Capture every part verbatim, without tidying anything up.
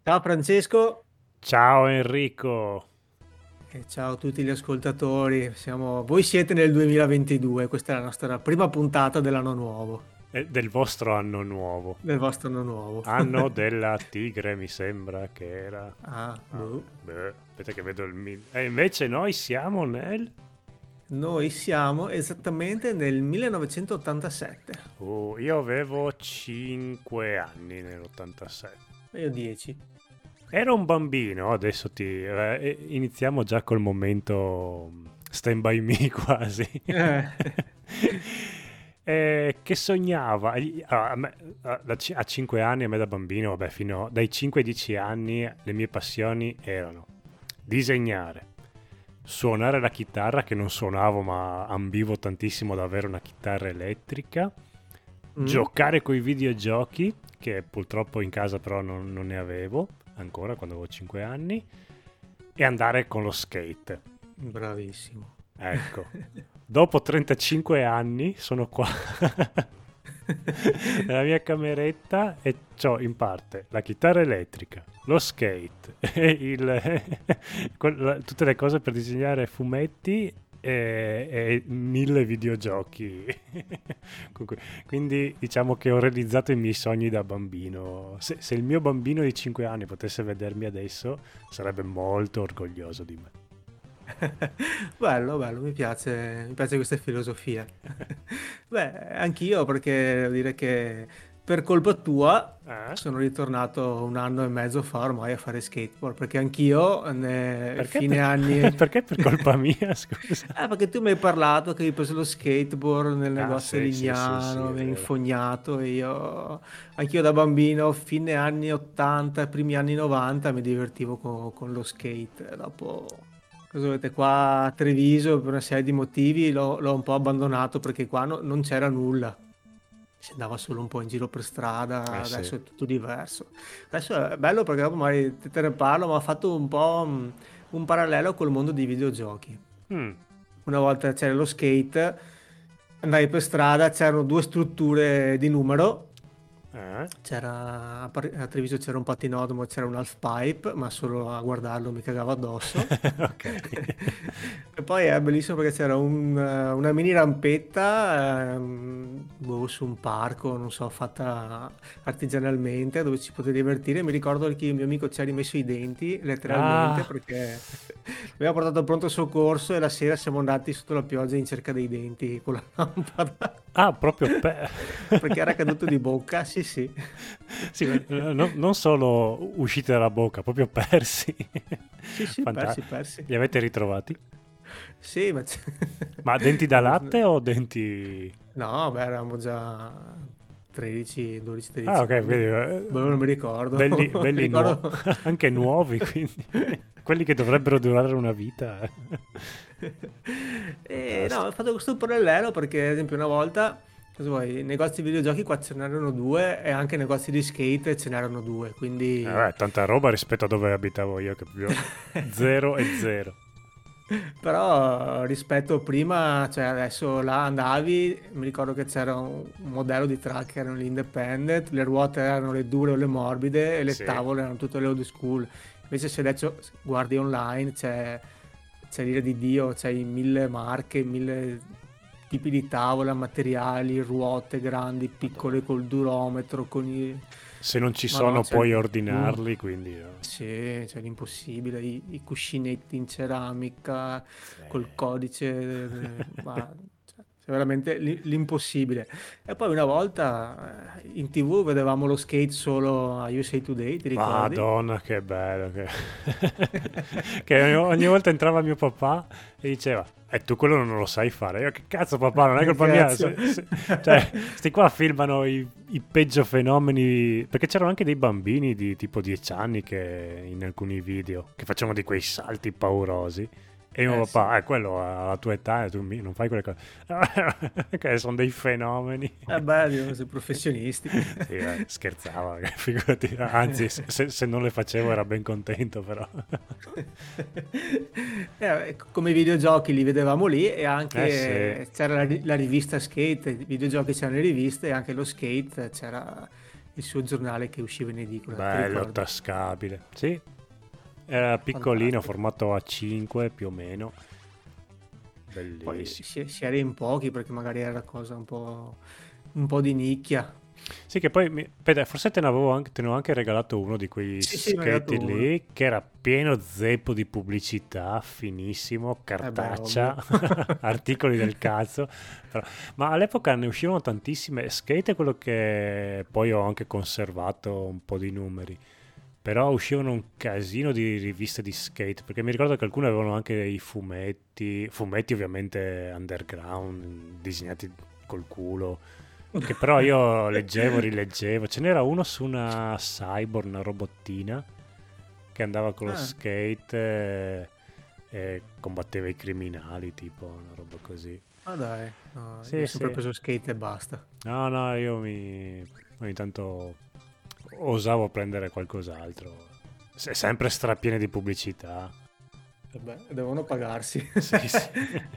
Ciao Francesco Ciao Enrico. e ciao a tutti gli ascoltatori. Siamo... Voi siete nel duemilaventidue, questa è la nostra prima puntata dell'anno nuovo, È del vostro anno nuovo. del vostro anno nuovo. Anno della tigre, mi sembra che era. Ah, Ah, boh. beh, aspetta che vedo il mil... E invece noi siamo nel... Noi siamo esattamente nel millenovecentottantasette. Oh, io avevo cinque anni nell'ottantasette. E io dieci. Ero un bambino, adesso ti... eh, iniziamo già col momento Stand By Me quasi. Eh. Eh, che sognava ah, a, me- a- da ci- a cinque anni, a me da bambino, vabbè, fino dai cinque ai dieci anni, le mie passioni erano disegnare, suonare la chitarra, che non suonavo ma ambivo tantissimo ad avere una chitarra elettrica, Mm? giocare coi videogiochi, che purtroppo in casa però non, non ne avevo ancora quando avevo cinque anni, e andare con lo skate. Bravissimo. Ecco, dopo trentacinque anni sono qua nella mia cameretta e ho in parte la chitarra elettrica, lo skate, e il, quel- tutte le cose per disegnare fumetti e, e mille videogiochi. Comunque, quindi diciamo che ho realizzato i miei sogni da bambino. Se, se il mio bambino di cinque anni potesse vedermi adesso, sarebbe molto orgoglioso di me. Bello, bello, mi piace, mi piace questa filosofia. Beh, anch'io perché devo dire che per colpa tua Eh? sono ritornato un anno e mezzo fa ormai a fare skateboard, perché anch'io ne Perché fine per, anni... perché per colpa mia, scusa? Eh, perché tu mi hai parlato che hai preso lo skateboard nel Ah, negozio a sì, sì, sì, sì, Lignano, è mi hai vero. infognato e io, anch'io da bambino, fine anni ottanta, primi anni novanta, mi divertivo co- con, lo skate. Dopo, cosa volete, qua a Treviso, per una serie di motivi, l'ho l'ho un po' abbandonato perché qua no- non c'era nulla. Si andava solo un po' in giro per strada, Eh sì. adesso è tutto diverso. Adesso è bello perché dopo magari te te ne parlo, ma ho fatto un po' mh, un parallelo col mondo dei videogiochi. Mm, Una volta c'era lo skate, andavi per strada, c'erano due strutture di numero. eh? C'era a Par- a Treviso c'era un patinodromo, c'era un half pipe, ma solo a guardarlo mi cagavo addosso. Ok. E poi è bellissimo perché c'era un, eh, una mini rampetta ehm, boh, su un parco, non so, fatta artigianalmente dove ci potevi divertire. Mi ricordo che il mio amico ci ha rimesso i denti letteralmente Ah, perché aveva portato al pronto soccorso e la sera siamo andati sotto la pioggia in cerca dei denti con la lampada ah, proprio per... perché era caduto di bocca. Sì, sì. Sì, ma, eh, no- non solo usciti dalla bocca, proprio persi. Sì, sì, persi, Fantastico. persi. Li avete ritrovati? Sì, ma c'è- Ma denti da latte o denti... no, beh, eravamo già tredici, dodici, Ah, tredici ok, anni. quindi Boh, eh, non mi ricordo. belli, Mi belli nuovi, ricordo. anche nuovi, quindi quelli che dovrebbero durare una vita. E no, ho Fantastico. fatto questo parallelo perché, ad esempio, una volta, cosa vuoi, negozi di videogiochi qua ce n'erano due e anche negozi di skate ce n'erano due, Eh, quindi... beh, tanta roba rispetto a dove abitavo io, che proprio zero e zero. Però rispetto prima, cioè adesso là andavi, mi ricordo che c'era un un modello di truck che erano l'Independent, le ruote erano le dure o le morbide e le Sì. tavole erano tutte le old school. Invece se adesso guardi online c'è c'è l'ira di Dio, c'hai mille marche, mille tipi di tavola, materiali, ruote grandi, piccole Madonna. col durometro, con i... Se non ci Ma no, sono c'è puoi tutto. ordinarli, quindi... eh, Sì, c'è l'impossibile, i, i cuscinetti in ceramica col eh. codice, eh, ma cioè, c'è veramente l'i- l'impossibile. E poi una volta eh, in T V vedevamo lo skate solo a U S A Today, ti ricordi? Madonna, che bello. Che, che ogni, ogni volta entrava mio papà e diceva, e tu quello non lo sai fare. Io, che cazzo papà, non è Che colpa mia. cazzo? Se- se- cioè, sti qua filmano i, i peggio fenomeni. Perché c'erano anche dei bambini di tipo dieci anni che in alcuni video che facevano di quei salti paurosi. E mio Eh sì. papà, è quello alla tua età, e tu mi- non fai quelle cose. Che sono dei fenomeni. Eh beh, devono essere professionisti. Sì, eh, scherzava, figurati. Anzi, se, se non le facevo era ben contento, però. Eh, ecco, come videogiochi li vedevamo lì e Eh sì, anche c'era la, ri- la rivista Skate, i videogiochi c'erano le riviste e anche lo skate c'era il suo giornale che usciva in edicola, ti Bello, ricordi? tascabile. Sì, era piccolino, Fantastico. formato A cinque più o meno. Poi Bellissimo. si, si era in pochi perché magari era una cosa un po', un po' di nicchia. Sì, che poi, mi- aspetta, forse te ne avevo anche, te ne ho anche regalato uno di quei Sì, sì, mi hai dato skate uno. lì, che era pieno zeppo di pubblicità, finissimo, Eh beh, cartaccia, ovvio. articoli del cazzo. Però- ma all'epoca ne uscivano tantissime. Skate è quello che poi ho anche conservato un po' di numeri. Però uscivano un casino di riviste di skate, perché mi ricordo che alcune avevano anche dei fumetti, fumetti ovviamente underground, disegnati col culo, che però io leggevo, rileggevo. Ce n'era uno su una cyborg, una robottina, che andava con lo Ah, skate e, e combatteva i criminali, tipo una roba così. ma dai, no, io ho Sì, sempre sì. preso skate e basta. No, no, io mi ogni tanto osavo prendere qualcos'altro. Se- sempre strapiene di pubblicità. Eh beh, devono pagarsi. Sì, sì.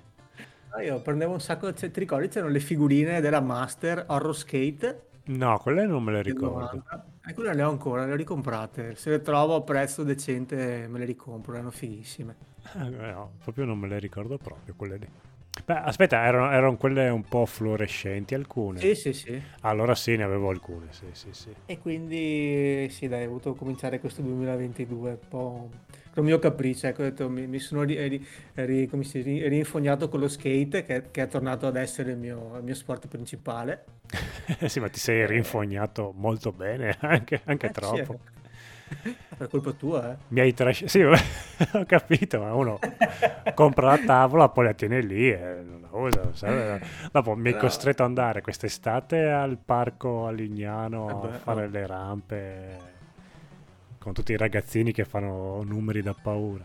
Ah, io prendevo un sacco, cioè, ti ricordi c'erano le figurine della Master Horror Skate No, quelle non me le del ricordo. novanta? E quelle le ho ancora, le ho ricomprate. Se le trovo a prezzo decente me le ricompro, erano fighissime. Eh, no, proprio non me le ricordo proprio quelle lì. Beh, aspetta, erano, erano quelle un po' fluorescenti alcune. Sì, sì, sì. Allora sì, ne avevo alcune, sì, sì, sì. E quindi sì, dai, ho voluto cominciare questo duemilaventidue un po' con il mio capriccio, ecco, ho detto, mi, mi sono ri- ri- ri- come si dice, rinfognato con lo skate che, che è tornato ad essere il mio, il mio sport principale. Sì, ma ti sei Eh, rinfognato molto bene, anche, anche eh, sì, troppo. eh. Per colpa tua, Mi hai trascinato. Sì, ho capito, ma uno eh. compra la tavola, poi la tiene lì e non la usa. Non serve. Dopo mi è Però, costretto ad andare quest'estate al parco a eh Lignano a beh, fare oh. le rampe con tutti i ragazzini che fanno numeri da paura.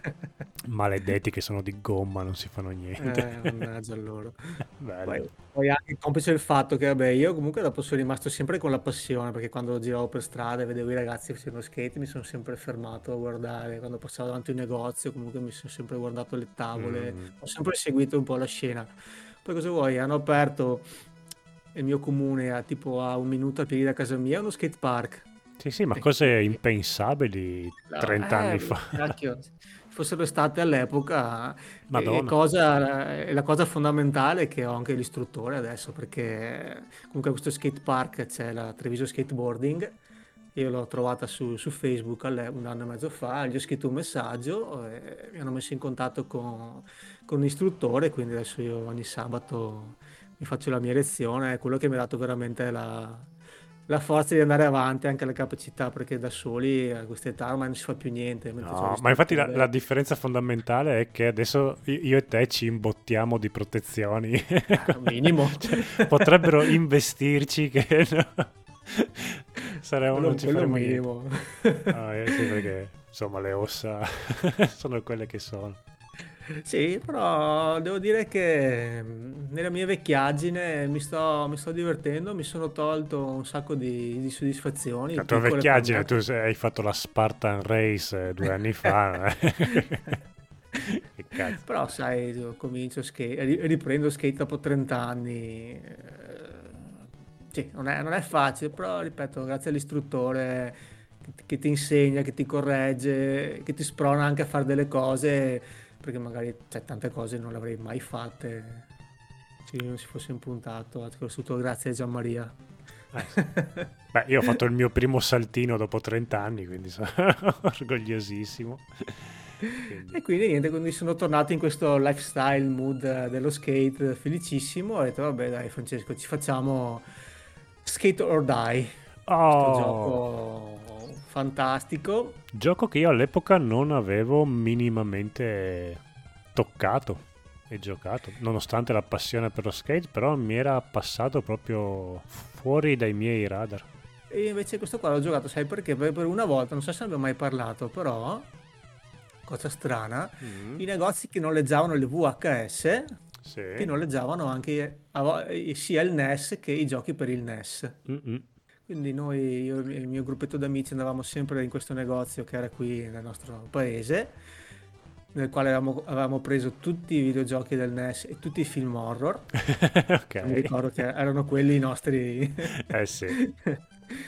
Maledetti che sono di gomma, non si fanno niente. Eh, mannaggia loro. Bello. Poi, poi anche complice il fatto che, vabbè, io comunque dopo sono rimasto sempre con la passione, perché quando giravo per strada e vedevo i ragazzi facendo skate mi sono sempre fermato a guardare, quando passavo davanti a un negozio comunque mi sono sempre guardato le tavole, Mm. ho sempre seguito un po' la scena. Poi cosa vuoi? Hanno aperto il mio comune a tipo a un minuto a piedi da casa mia, uno skate park. Sì, sì, ma E cose quindi impensabili no, trenta anni eh, fa. cacchio, se fossero state all'epoca, e, e Madonna. cosa, e la cosa fondamentale è che ho anche l'istruttore adesso, perché comunque a questo skate park c'è la Treviso Skateboarding, io l'ho trovata su, su Facebook alle- un anno e mezzo fa, gli ho scritto un messaggio e mi hanno messo in contatto con, con un istruttore, quindi adesso io ogni sabato mi faccio la mia lezione, è quello che mi ha dato veramente la, la forza di andare avanti, anche la capacità, perché da soli a questa età ormai non si fa più niente, mentre c'è No, ma infatti la, la l'istruttore, differenza fondamentale è che adesso i- io e te ci imbottiamo di protezioni. eh, minimo. Cioè, potrebbero investirci che no. Saremo- non Quello, ci quello è un faremo niente. minimo. Ah, eh, sì, perché insomma le ossa sono quelle che sono. Sì, però devo dire che mh, nella mia vecchiaggine mi sto, mi sto divertendo, mi sono tolto un sacco di, di soddisfazioni, La tua piccole per vecchiaggine, me. tu sei- hai fatto la Spartan Race eh, due anni fa. eh. Che cazzo. Però sai, io comincio skate, ri- riprendo skate dopo trenta anni. eh, Sì, non è, non è facile, però ripeto, grazie all'istruttore che ti, che ti insegna, che ti corregge, che ti sprona anche a fare delle cose, perché magari cioè, tante cose non le avrei mai fatte se io non si fosse impuntato, soprattutto grazie a Gianmaria. Eh, sì. Beh, io ho fatto il mio primo saltino dopo trenta anni, quindi sono orgogliosissimo. Quindi, E quindi niente, quindi sono tornato in questo lifestyle mood eh, dello skate felicissimo. Ho detto, vabbè, dai, Francesco, ci facciamo Skate or Die, questo oh, gioco fantastico. gioco che io all'epoca non avevo minimamente toccato e giocato, nonostante la passione per lo skate, però mi era passato proprio fuori dai miei radar. E invece questo qua l'ho giocato, sai perché? Per per una volta, non so se ne abbiamo mai parlato, però, cosa strana, Mm, i negozi che noleggiavano le V H S ti sì. noleggiavano anche a vo- sia il N E S che i giochi per il N E S. Mm-mm. Quindi noi, io e il mio gruppetto d'amici andavamo sempre in questo negozio che era qui nel nostro paese, nel quale avevamo, avevamo preso tutti i videogiochi del N E S e tutti i film horror. Ok. Mi ricordo che erano quelli i nostri. Eh sì.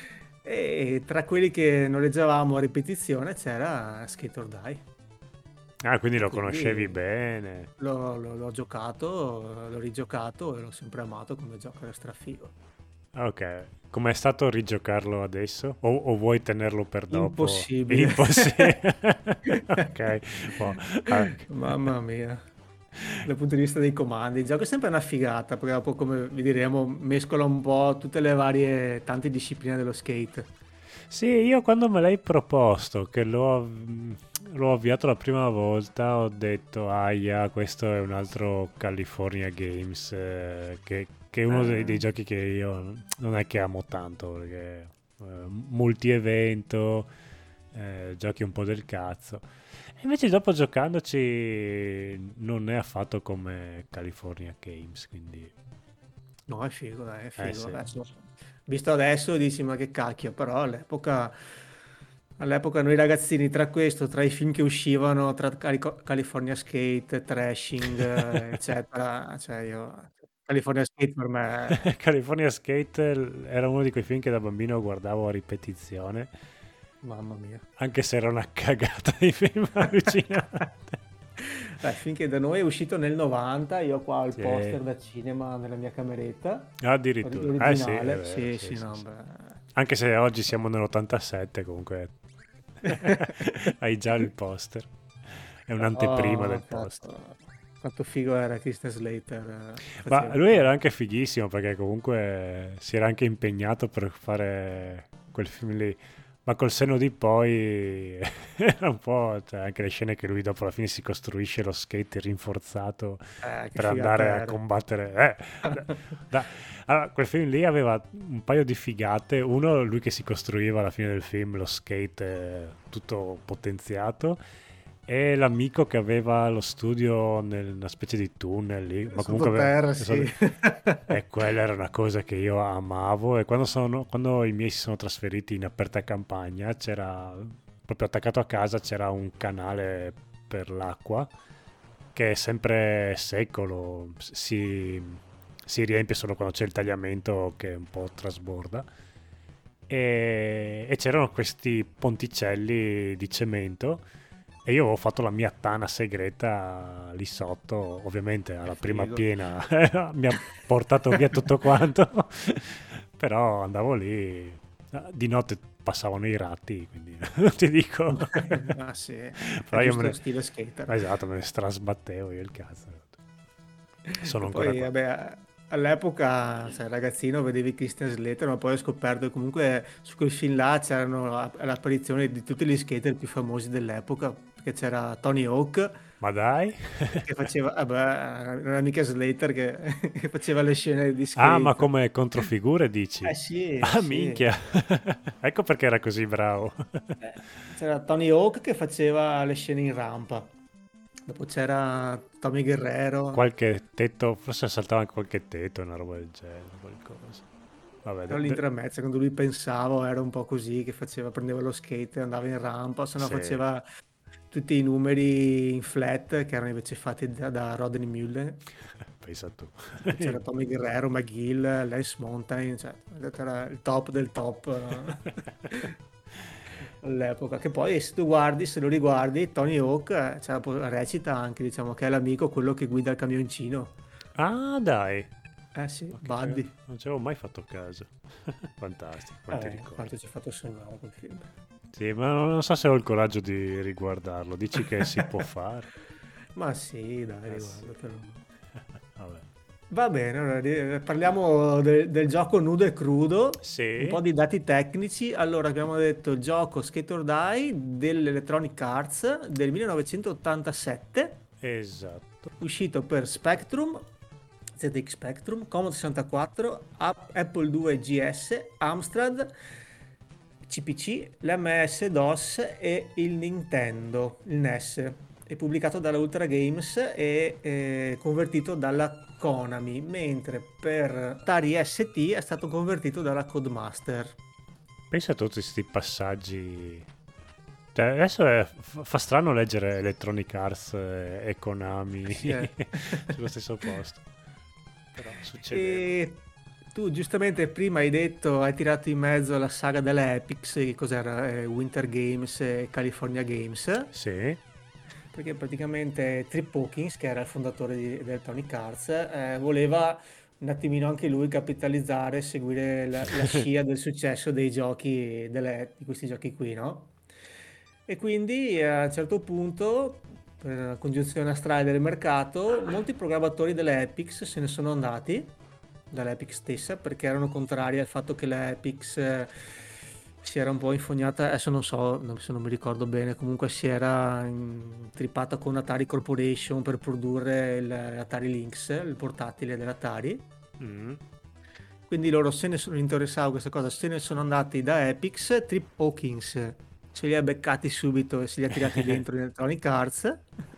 E tra quelli che noleggiavamo a ripetizione c'era Skate or Die. Ah, quindi E lo conoscevi quindi bene. l'ho, l'ho- l'ho giocato, l'ho rigiocato e l'ho sempre amato come gioco, era strafigo. Ok, com'è stato rigiocarlo adesso? O, o vuoi tenerlo per dopo? Impossibile. Impossibile. Ok, boh, ah, Mamma mia. Dal punto di vista dei comandi, il gioco è sempre una figata, perché dopo, come vi diremo, mescola un po' tutte le varie, tante discipline dello skate. sì, io quando me l'hai proposto, che l'ho, l'ho avviato la prima volta, ho detto, aia, questo è un altro California Games, eh, che, che è uno dei, dei Eh, giochi che io non è che amo tanto, perché eh, multi-evento, eh, giochi un po' del cazzo. E invece dopo giocandoci non è affatto come California Games, quindi... no, è figo, dai, è Eh figo. sì. Adesso, visto adesso dici, ma che cacchio, però all'epoca, all'epoca noi ragazzini, tra questo, tra i film che uscivano, tra Calico- California Skate, Trashing, eh, eccetera, cioè io, California Skate per me, California Skate l- era uno di quei film che da bambino guardavo a ripetizione, mamma mia. anche se era una cagata di film allucinante. Beh, finché da noi è uscito nel novanta, io qua ho il Sì. poster da cinema nella mia cameretta, ori- Addirittura. Eh sì, è originale, vero, sì, sì, sì, sì, no, sì. beh. Anche se oggi siamo nell'ottantasette, comunque hai già il poster. È un'anteprima Oh, del poster. cazzo, quanto figo era Christian Slater, eh, che Ma faceva lui era qua. anche fighissimo perché comunque si era anche impegnato per fare quel film lì. Ma col senno di poi era un po', cioè, anche le scene che lui dopo alla fine si costruisce lo skate rinforzato Eh, che per figata andare a era. combattere. Eh, da- da- allora, quel film lì aveva un paio di figate. Uno, lui che si costruiva alla fine del film lo skate eh, tutto potenziato. E l'amico che aveva lo studio nel- una specie di tunnel lì, ma comunque aveva... Sottoterra, sì. E quella era una cosa che io amavo. E quando, sono, quando i miei si sono trasferiti in aperta campagna, c'era proprio attaccato a casa c'era un canale per l'acqua che è sempre secolo, si, si riempie solo quando c'è il tagliamento che un po' trasborda. E, e c'erano questi ponticelli di cemento e io avevo fatto la mia tana segreta lì sotto, ovviamente Che alla prima figo. piena mi ha portato via tutto quanto, però andavo lì, di notte passavano i ratti, quindi non ti dico, Ah, sì, è però io me giusto ne, stile skater. esatto, me ne strasbattevo io il cazzo. Sono Che ancora poi, qua. vabbè, all'epoca, sai, ragazzino, vedevi Christian Slater, ma poi ho scoperto che comunque su quel film là c'erano la- l'apparizione di tutti gli skater più famosi dell'epoca, perché c'era Tony Hawk Ma dai? che faceva, vabbè, non era mica Slater che, che faceva le scene di Ah, ma skate. come controfigure dici? Eh sì, Ah, sì. minchia. Ecco perché era così bravo. Eh, C'era Tony Hawk che faceva le scene in rampa. Dopo c'era Tommy Guerrero. Qualche tetto, forse saltava anche qualche tetto, una roba del genere, qualcosa. Vabbè, Era de- de- l'intermezzo, quando lui pensava era un po' così, che faceva, prendeva lo skate e andava in rampa, se no sì, faceva tutti i numeri in flat che erano invece fatti da, da Rodney Mullen. pensa tu. Poi c'era Tommy Guerrero, McGill, Lance Mountain, cioè era il top del top eh, all'epoca. Che poi se tu guardi, se lo riguardi, Tony Hawk eh, cioè, recita anche, diciamo, che è l'amico quello che guida il camioncino. Ah, dai. Eh sì, Ma che cagata. Buddy. Non ci avevo mai fatto caso. Fantastico, quanti Eh, ricordi. quanto ci ha fatto sognare quel film. Sì, ma non so se ho il coraggio di riguardarlo. Dici che si può fare? Ma sì, dai, Ah, sì. riguardatelo. Vabbè. Va bene, allora ri- parliamo de- del gioco nudo e crudo, un Sì, po' di dati tecnici. Allora, abbiamo detto il gioco Skate or Die dell'Electronic Arts del millenovecentottantasette, esatto. uscito per Spectrum, Z X Spectrum, Commodore sessantaquattro, App- Apple due G S, Amstrad, C P C, l'M S DOS e il Nintendo, il N E S. È pubblicato dalla Ultra Games e eh, convertito dalla Konami, mentre per Atari S T è stato convertito dalla Codemaster. Pensa a tutti questi passaggi. Cioè, adesso è- fa fa strano leggere Electronic Arts e, e Konami Eh sì, eh. sullo stesso posto. Però succedeva. E tu giustamente prima hai detto, hai tirato in mezzo la saga delle Epics, che cos'era? Eh, Winter Games e California Games, Sì. perché praticamente Trip Hawkins, che era il fondatore di, di Electronic Arts, eh, voleva un attimino anche lui capitalizzare, seguire la, la scia del successo dei giochi, delle- di questi giochi qui, no? E quindi eh, a un certo punto, per la congiunzione astrale del mercato, molti programmatori delle Epics se ne sono andati dall'Epic stessa perché erano contrari al fatto che l'Epic eh, si era un po' infognata, adesso non so non- se non mi ricordo bene, comunque si era intrippata con Atari Corporation per produrre il- l'Atari Lynx, il portatile dell'Atari. Mm. Quindi loro se ne sono interessati a questa cosa, se ne sono andati da Epix, Trip Hawkins se li ha beccati subito e se li ha tirati dentro in Electronic Arts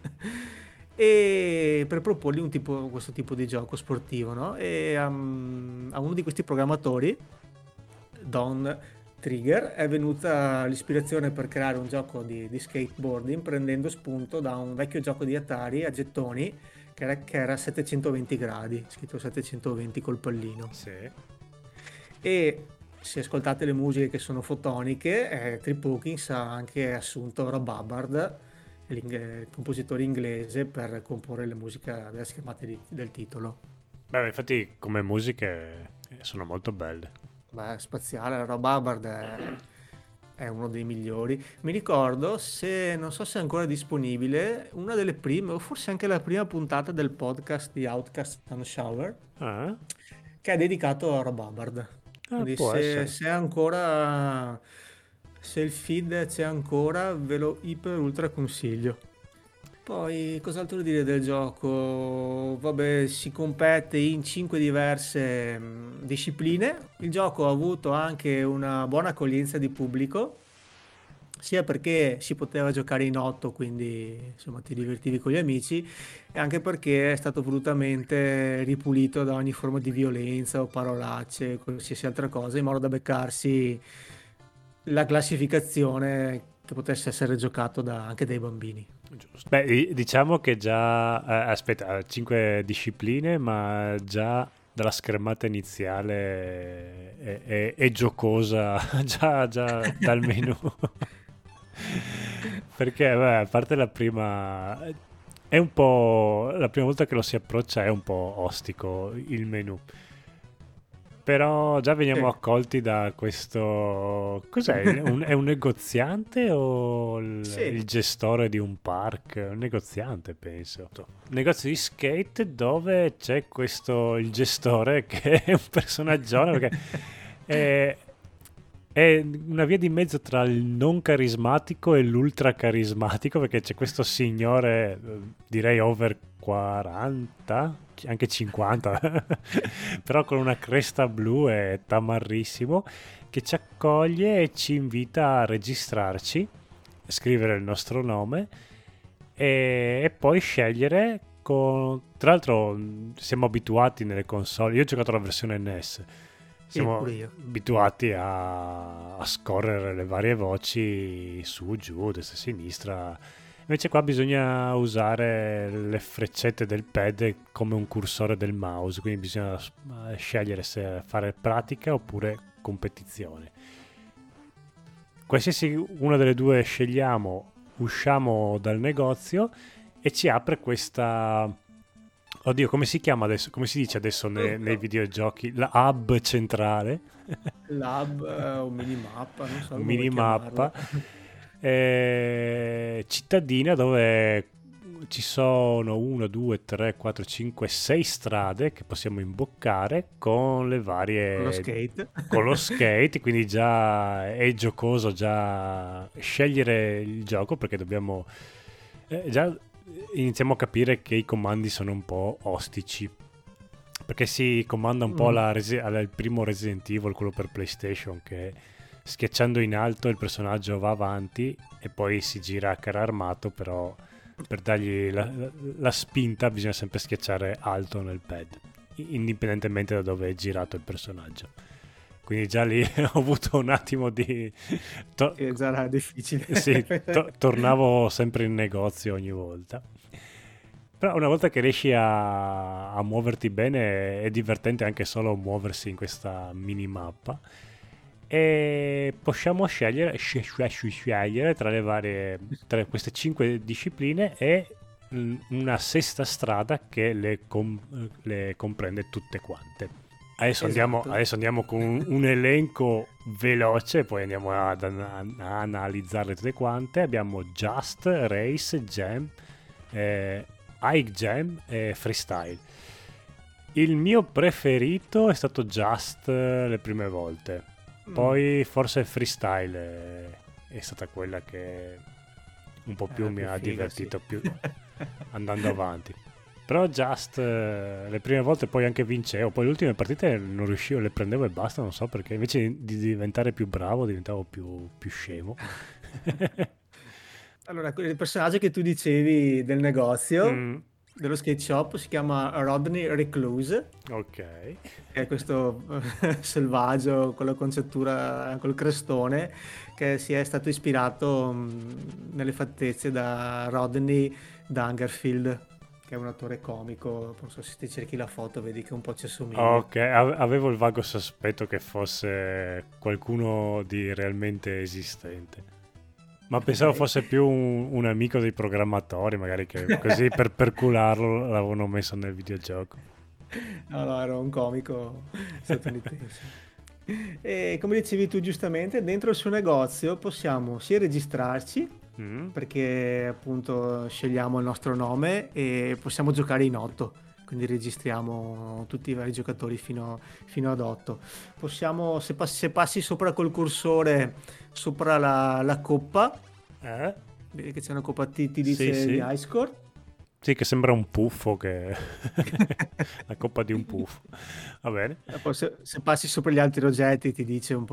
e per proporgli un tipo, questo tipo di gioco sportivo, no? E um, a uno di questi programmatori, Don Trigger, è venuta l'ispirazione per creare un gioco di, di skateboarding prendendo spunto da un vecchio gioco di Atari a gettoni che era, che era settecentoventi gradi, scritto settecentoventi col pallino. Sì. E se ascoltate le musiche che sono fotoniche, eh, Trip Hawkins ha anche assunto Rob Hubbard, il compositore inglese, per comporre le musiche delle schermate di- del titolo. Beh, infatti come musiche eh, sono molto belle. Beh, spaziale, Rob Hubbard è, è uno dei migliori. Mi ricordo, se non so se è ancora disponibile, una delle prime, o forse anche la prima puntata del podcast di Outcast and Shower, Ah, che è dedicato a Rob Hubbard. ah, Quindi può se, essere. se è ancora, se il feed c'è ancora, ve lo iper ultra consiglio. Poi, cos'altro dire del gioco? Vabbè, si compete in cinque diverse mh, discipline. Il gioco ha avuto anche una buona accoglienza di pubblico, sia perché si poteva giocare in otto, quindi insomma ti divertivi con gli amici, e anche perché è stato volutamente ripulito da ogni forma di violenza o parolacce, qualsiasi altra cosa, in modo da beccarsi la classificazione che potesse essere giocato da- anche dai bambini. Giusto. Beh, di- diciamo che già, eh, aspetta, cinque discipline, ma già dalla schermata iniziale è, è- è giocosa, già, già dal menu. Perché, beh, a parte la prima, è un po', la prima volta che lo si approccia è un po' ostico il menu. Però già veniamo Sì, accolti da questo... Cos'è? Il- un- è un negoziante o il, sì. il gestore di un park? Un negoziante, penso. Un negozio di skate dove c'è questo, il gestore che è un personaggione perché è, è una via di mezzo tra il non carismatico e l'ultra carismatico perché c'è questo signore, eh, direi over quaranta, anche cinquanta, però con una cresta blu e tamarrissimo, che ci accoglie e ci invita a registrarci, scrivere il nostro nome e, e poi scegliere con... Tra l'altro mh, siamo abituati nelle console, io ho giocato la versione N E S, Sì, siamo pure io. abituati a, a scorrere le varie voci su, giù, destra, sinistra. Invece qua bisogna usare le freccette del pad come un cursore del mouse, quindi bisogna s- eh, scegliere se fare pratica oppure competizione. Qualsiasi una delle due scegliamo, usciamo dal negozio e ci apre questa... Oddio, come si chiama adesso? Come si dice adesso ne- nei videogiochi? La hub centrale, Lab eh, o minimappa, non so un come vuoi chiamarla. minimappa eh, cittadina dove ci sono uno, due, tre, quattro, cinque, sei strade che possiamo imboccare con le Con lo varie skate. con lo skate, quindi già è giocoso già scegliere il gioco perché dobbiamo eh, già iniziamo a capire che i comandi sono un po' ostici perché si comanda un po' Mm. la resi- alla- il primo Resident Evil, quello per PlayStation, che schiacciando in alto il personaggio va avanti e poi si gira a cara armato, però per dargli la, la- la spinta bisogna sempre schiacciare alto nel pad, i- indipendentemente da dove è girato il personaggio. Quindi già lì ho avuto un attimo di... to- Sì, sarà difficile. sì, to- tornavo sempre in negozio ogni volta. Però una volta che riesci a, a muoverti bene è divertente anche solo muoversi in questa minimappa. E possiamo scegliere, sce- sce- sce- scegliere tra le varie, tra queste cinque discipline e mm, una sesta strada che le, com- le comprende tutte quante. Adesso andiamo, Esatto. adesso andiamo con un, un elenco veloce, poi andiamo ad, an- a analizzarle tutte quante. Abbiamo Just, Race, Jam, eh, Hike Jam e Freestyle. Il mio preferito è stato Just eh, le prime volte. Mm. Poi forse Freestyle è, è stata quella che un po' più Eh, mi più ha figa, divertito sì. più andando avanti. Però Just eh, le prime volte poi anche vincevo, poi le ultime partite non riuscivo, le prendevo e basta, non so perché, invece di diventare più bravo diventavo più, più scemo. Allora, quel personaggio che tu dicevi del negozio, Mm, dello skate shop, si chiama Rodney Recluse, ok. che è questo eh, selvaggio con la concettura, col crestone, che si è stato ispirato mh, nelle fattezze da Rodney Dangerfield, che è un attore comico. Non so se ti cerchi la foto, vedi che un po' ci assomiglia. Ok, ave- avevo il vago sospetto che fosse qualcuno di realmente esistente. Ma pensavo Ok. fosse più un, un amico dei programmatori, magari che così per percularlo l'avevano messo nel videogioco. No, no, era un comico statunitense. E come dicevi tu giustamente, dentro il suo negozio possiamo sia registrarci, Mm, perché appunto scegliamo il nostro nome e possiamo giocare in otto, quindi registriamo tutti i vari giocatori fino, fino ad otto. Possiamo, se, pass- se passi sopra col cursore, sopra la, la coppa, eh? vedi che c'è una coppa, ti, ti Sì, dice gli sì. high score. Sì, che sembra un puffo, che... la coppa di un puffo. Va bene. E poi se, se passi sopra gli altri oggetti ti dice un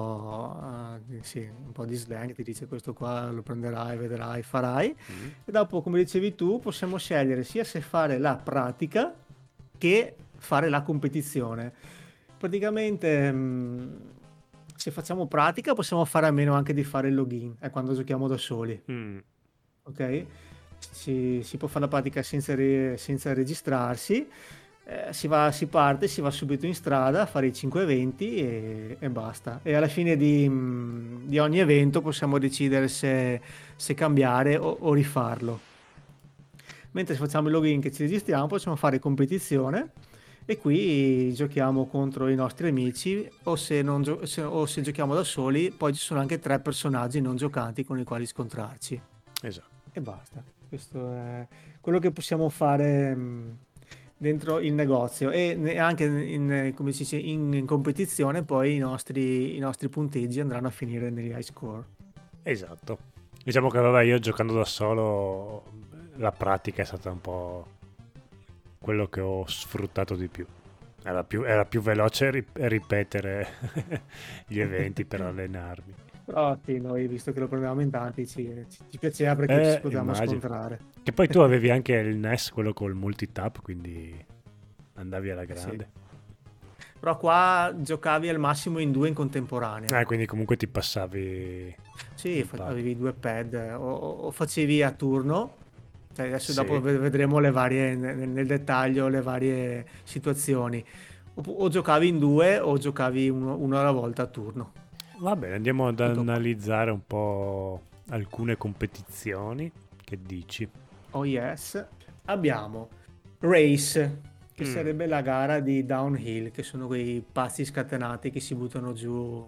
po', eh, sì, un po' di slang, ti dice questo qua lo prenderai, vedrai, farai. Mm, E dopo, come dicevi tu, possiamo scegliere sia se fare la pratica che fare la competizione. Praticamente, mh, se facciamo pratica possiamo fare a meno anche di fare il login, è quando giochiamo da soli, mm, ok? Si, si può fare la pratica senza, re- senza registrarsi, eh, si va, si parte, si va subito in strada a fare i cinque eventi e, e basta. E alla fine di, mh, di ogni evento possiamo decidere se, se cambiare o, o rifarlo. Mentre se facciamo il login che ci registriamo, possiamo fare competizione e qui giochiamo contro i nostri amici o se, non gio- se- o se giochiamo da soli, poi ci sono anche tre personaggi non giocanti con i quali scontrarci. esatto. E basta. Questo è quello che possiamo fare mh, dentro il negozio e ne- anche in, come si dice, in, in competizione poi i nostri, i nostri punteggi andranno a finire negli high score. Esatto. Diciamo che vabbè, io giocando da solo, la pratica è stata un po' quello che ho sfruttato di più. Era più, era più veloce ri- ripetere gli eventi per allenarmi. Però sì, noi visto che lo prendevamo in tanti ci, ci- ci piaceva perché ci Eh, potevamo immagino. scontrare. Che poi tu avevi anche il N E S, quello col multitap, quindi andavi alla Eh sì. grande. Però qua giocavi al massimo in due in contemporanea. Eh, quindi comunque ti passavi Sì, il fa- pad. avevi due pad o, o facevi a turno. Cioè, adesso dopo Sì. ve- vedremo le varie, nel, nel dettaglio le varie situazioni. O, o giocavi in due o giocavi uno, uno alla volta a turno. Va bene, andiamo ad Tutto qua. analizzare un po' alcune competizioni. Che dici? Oh yes. Abbiamo Race, che Mm, sarebbe la gara di downhill, che sono quei pazzi scatenati che si buttano giù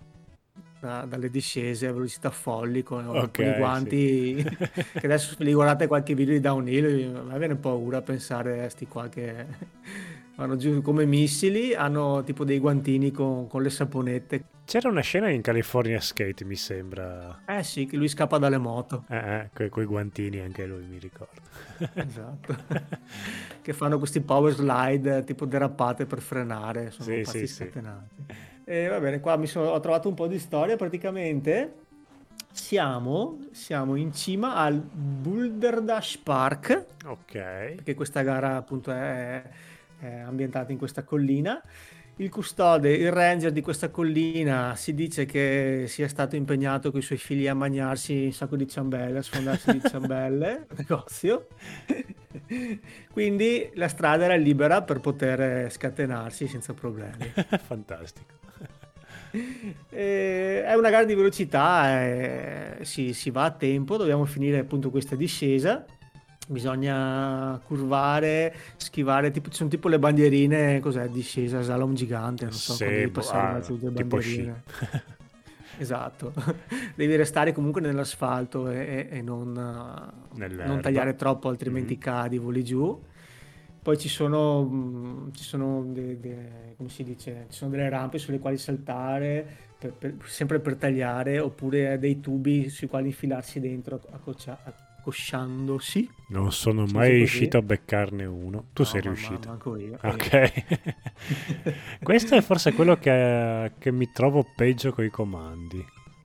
da- dalle discese a velocità folli con, con i ok, sì. guanti. Che adesso se li guardate qualche video di downhill, a me viene paura a pensare a sti qua che vanno giù come missili, hanno tipo dei guantini con, con le saponette. C'era una scena in California Skate, mi sembra. Eh sì, che lui scappa dalle moto. Eh, eh, con i guantini anche lui, mi ricordo. Esatto. Che fanno questi power slide eh, tipo derapate per frenare, sono Sì, sì, pazzi sì. scatenati. E va bene, qua mi sono, ho trovato un po' di storia, praticamente siamo, siamo in cima al Boulderdash Park, Ok. perché questa gara appunto è, è ambientata in questa collina. Il custode, il ranger di questa collina si dice che sia stato impegnato con i suoi figli a mangiarsi un sacco di ciambelle, a sfondarsi di ciambelle, negozio. Quindi la strada era libera per poter scatenarsi senza problemi. Fantastico. Eh, è una gara di velocità, eh, si, si va a tempo, dobbiamo finire appunto questa discesa. Bisogna curvare, schivare, tipo, ci sono tipo le bandierine, cos'è, discesa, slalom gigante, non so, quando Se, devi boh, passare in ah, mezzo a due tipo sci. bandierine. Esatto, devi restare comunque nell'asfalto e, e- e non, eh, non Nell'erba. tagliare troppo, Mhm. altrimenti cadi, voli giù. Poi ci sono, mh, ci sono de- de- come si dice, ci sono delle rampe sulle quali saltare, per- per- sempre per tagliare, oppure dei tubi sui quali infilarsi dentro, accoccia- accosciandosi. Non sono Si dice mai così? riuscito a beccarne uno. Tu No, sei ma, ma- riuscito. manco io. Eh. Ok. Questo è forse quello che, che mi trovo peggio coi comandi.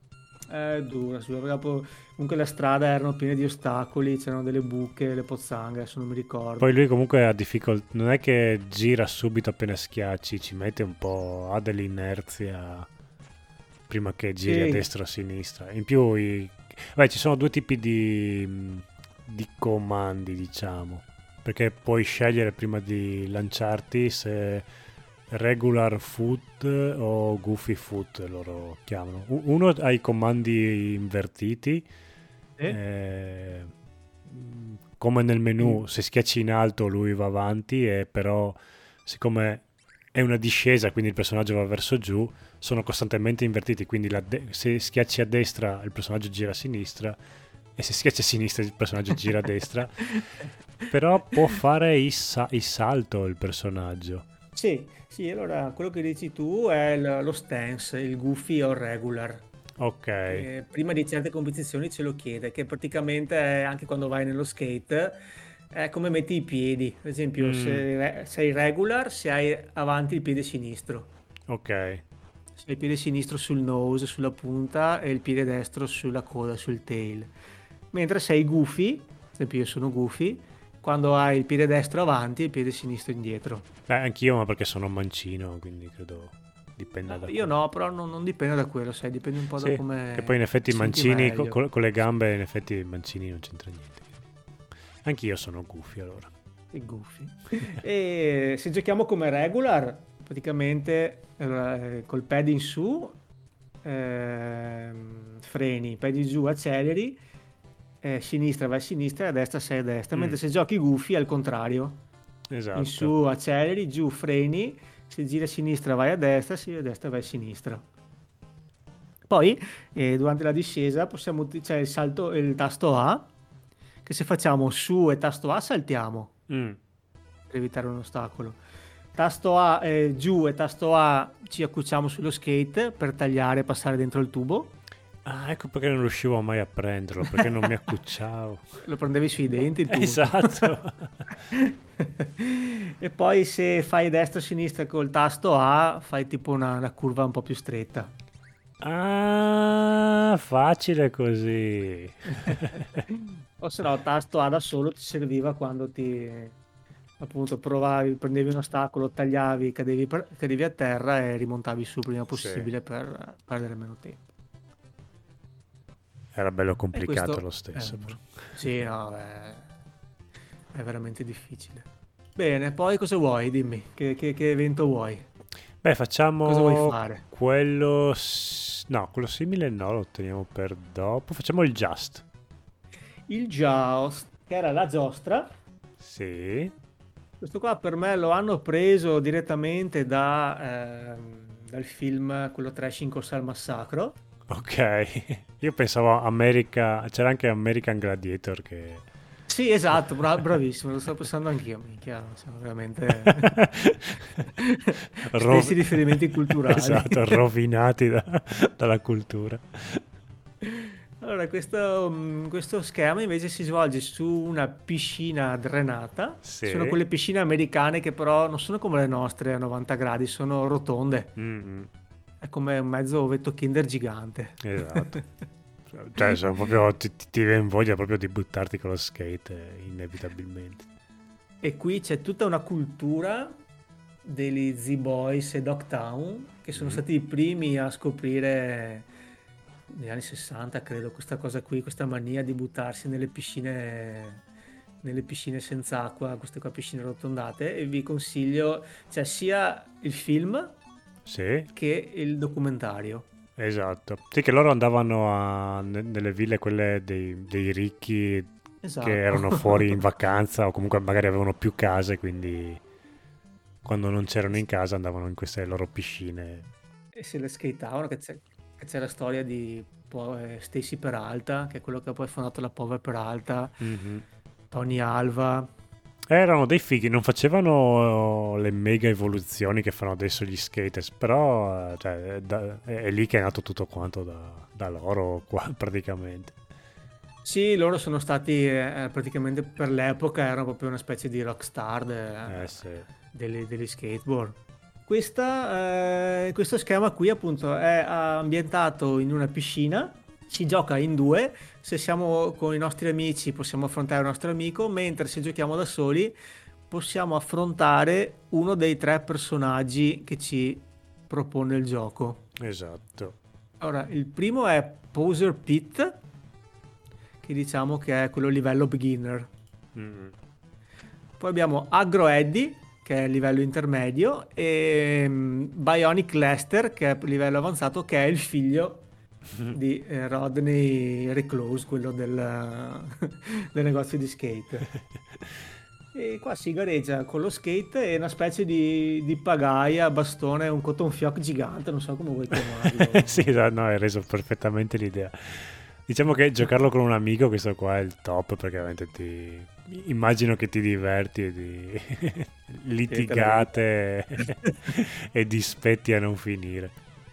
È dura, sì, perché dopo comunque le strade erano piene di ostacoli, c'erano delle buche, le pozzanghere, adesso non mi Poi ricordo. lui comunque ha difficoltà, non è che gira subito appena schiacci, ci mette un po', ha dell'inerzia prima che giri a Sì, destra o a sinistra. In più, i... Beh, ci sono due tipi di, di comandi, diciamo, perché puoi scegliere prima di lanciarti se regular foot o goofy foot loro chiamano. U- Uno ha i comandi invertiti, eh, eh, come nel menu, quindi- se schiacci in alto lui va avanti, e però siccome è una discesa, quindi il personaggio va verso giù, sono costantemente invertiti, quindi la de- se schiacci a destra il personaggio gira a sinistra, e se schiacci a sinistra il personaggio gira a destra, però può fare il, sa- il salto il personaggio. Sì, sì, allora quello che dici tu è il- lo stance, il goofy o il regular. Ok. Che prima di certe competizioni ce lo chiede, che praticamente è anche quando vai nello skate è come metti i piedi. Ad esempio, Mm, se sei regular, se hai avanti il piede sinistro, ok. se hai il piede sinistro sul nose, sulla punta, e il piede destro sulla coda, sul tail. Mentre sei goofy, ad esempio io sono goofy, quando hai il piede destro avanti e il piede sinistro indietro. Beh, anch'io, ma perché sono mancino, quindi credo dipenda No, da io quello. no, però non, non dipende da quello, sai, dipende un po' da Sì, che poi in come effetti ti i senti mancini co- meglio. co- con le gambe, in effetti i mancini non c'entra niente. Anch'io sono goofy allora. I gufi. E se giochiamo come regular, praticamente allora, eh, col pad in su, ehm, freni, pad in giù, acceleri, eh, sinistra vai a sinistra e a destra sei a destra. Mm, Mentre se giochi gufi è al contrario, in su esatto. acceleri, giù freni, se giri a sinistra vai a destra, se giri a destra vai a sinistra. Poi, eh, durante la discesa, possiamo utilizzare il salto, il tasto A, che se facciamo su e tasto A saltiamo Mm. per evitare un ostacolo. Tasto A eh, giù e tasto A ci accucciamo sullo skate per tagliare e passare dentro il tubo. Ah, ecco perché non riuscivo mai a prenderlo, perché non mi accucciavo. Lo prendevi sui denti il tubo. Esatto. E poi se fai destra o sinistra col tasto A fai tipo una, una curva un po' più stretta. Ah, facile così. O se no, tasto A da solo ti serviva quando ti appunto provavi, prendevi un ostacolo, tagliavi, cadevi, per- cadevi a terra e rimontavi su prima Sì, possibile per perdere meno tempo. era bello E complicato lo questo stesso, però. ehm, sì, no, è, è veramente difficile. Bene, poi cosa vuoi? Dimmi, che, che- che evento vuoi? Beh, Cosa vuoi facciamo fare? quello... s- No, quello simile no, lo teniamo per dopo. Facciamo il Just. Il Jaws, che era la giostra. Sì. Questo qua per me lo hanno preso direttamente da, ehm, dal film, quello Trash in Corsa al Massacro. Ok. Io pensavo America... C'era anche American Gladiator che... Sì, esatto, bra- bravissimo, lo sto pensando anch'io, minchia, siamo veramente stessi Rov- riferimenti culturali. Esatto, rovinati da- dalla cultura. Allora, questo, mm, questo schema invece si svolge su una piscina drenata. Sono Sì. quelle piscine americane che però non sono come le nostre a novanta gradi, sono rotonde. Mm-mm. È come un mezzo ovetto Kinder gigante. Esatto. Cioè, sono proprio, ti, ti ti viene voglia proprio di buttarti con lo skate, eh, inevitabilmente. E qui c'è tutta una cultura degli Z-Boys e Dogtown che sono Mm. stati i primi a scoprire negli anni sessanta, credo, questa cosa qui, questa mania di buttarsi nelle piscine nelle piscine senza acqua, queste qua piscine arrotondate, e vi consiglio, c'è sia il film Sì, che il documentario. esatto. Sì, che loro andavano a- ne- nelle ville, quelle dei, dei ricchi che Esatto. erano fuori in vacanza o comunque magari avevano più case, quindi quando non c'erano in casa andavano in queste loro piscine. E se le skateavano, che c'è, che c'è la storia di po- eh, Stacy Peralta, che è quello che ha poi fondato la Povera Peralta, Mhm. Tony Alva. Erano dei fighi, non facevano le mega evoluzioni che fanno adesso gli skaters, però eh, cioè, è, da- è- è lì che è nato tutto quanto da, da loro qua, praticamente. Sì, loro sono stati eh, praticamente per l'epoca, erano proprio una specie di rockstar Eh de- sì. degli, degli skateboard. Questa, eh, questo schema qui appunto è ambientato in una piscina, si gioca in due, se siamo con i nostri amici possiamo affrontare il nostro amico, mentre se giochiamo da soli possiamo affrontare uno dei tre personaggi che ci propone il gioco. Esatto. Allora, il primo è Poser Pit, che diciamo che è quello livello beginner. Mm. Poi abbiamo Agro Eddie, che è il livello intermedio, e mm, Bionic Lester, che è il livello avanzato, che è il figlio di eh, Rodney Reclose, quello del, del negozio di skate. E qua si gareggia con lo skate e una specie di, di pagaia, bastone, un cotton fioc gigante, non so come vuoi Sì, chiamarlo. no, no, hai reso perfettamente l'idea. Diciamo che giocarlo con un amico, questo qua è il top, perché veramente ti... immagino che ti diverti e di Siete la vita. litigate e dispetti a non finire.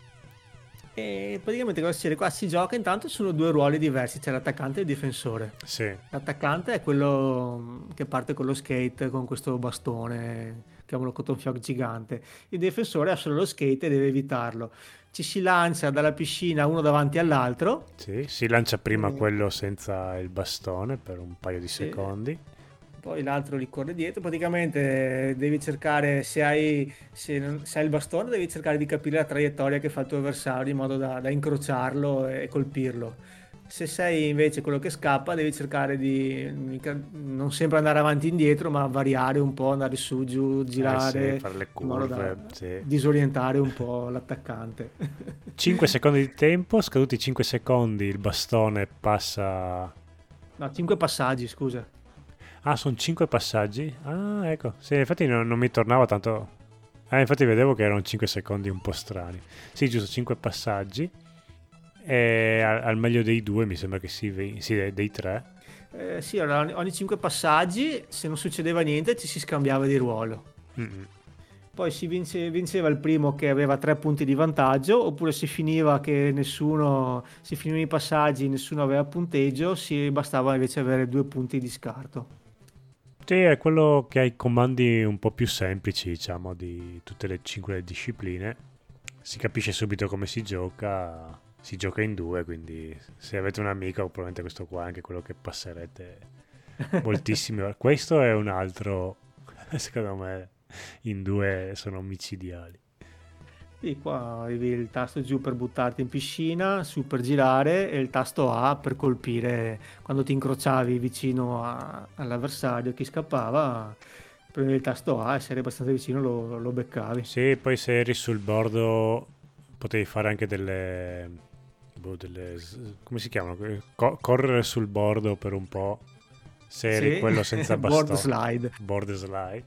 E praticamente cosa succede? Qua si gioca, intanto sono due ruoli diversi, c'è l'attaccante e il difensore. Sì, L'attaccante è quello mm, che parte con lo skate, con questo bastone, chiamalo cotton fioc gigante. Il difensore ha solo lo skate e deve evitarlo. Ci si lancia dalla piscina uno davanti all'altro. sì, si lancia prima eh, quello senza il bastone per un paio di sì, secondi. poi l'altro li corre dietro. Praticamente eh, devi cercare, se hai, se non- se hai il bastone, devi cercare di capire la traiettoria che fa il tuo avversario in modo da, da incrociarlo e colpirlo. Se sei invece quello che scappa, devi cercare di mica- non sempre andare avanti e indietro, ma variare un po', andare su, giù, Eh sì, girare fare le in modo da curve, sì. disorientare un po' l'attaccante. cinque secondi di tempo, scaduti cinque secondi, il bastone passa. No, cinque passaggi, scusa. Ah, sono cinque passaggi? Ah, ecco. Sì, infatti non, non mi tornava tanto. Ah, infatti vedevo che erano cinque secondi un po' strani. Sì, giusto, cinque passaggi. E al, al meglio dei due mi sembra che sì, ve- sì, dei dei tre. Eh, sì, allora, ogni, ogni cinque passaggi, se non succedeva niente, ci si scambiava di ruolo. Mm-mm. Poi si vince- vinceva il primo che aveva tre punti di vantaggio, oppure si finiva che nessuno, si finivano i passaggi, nessuno aveva punteggio, si bastava invece avere due punti di scarto. Sì, è quello che ha i comandi un po' più semplici, diciamo, di tutte le cinque discipline. Si capisce subito come si gioca. Si gioca in due, quindi se avete un amico, probabilmente questo qua è anche quello che passerete moltissime ore. Questo è un altro, secondo me, in due sono micidiali. Sì, qua avevi il tasto giù per buttarti in piscina, su per girare e il tasto A per colpire quando ti incrociavi vicino a- all'avversario, chi scappava, premevi il tasto A e se eri abbastanza vicino lo, lo beccavi. Sì, poi se eri sul bordo potevi fare anche delle, boh, delle s- come si chiamano? Co- correre sul bordo per un po', se eri Sì, quello senza board bastone, slide. board slide.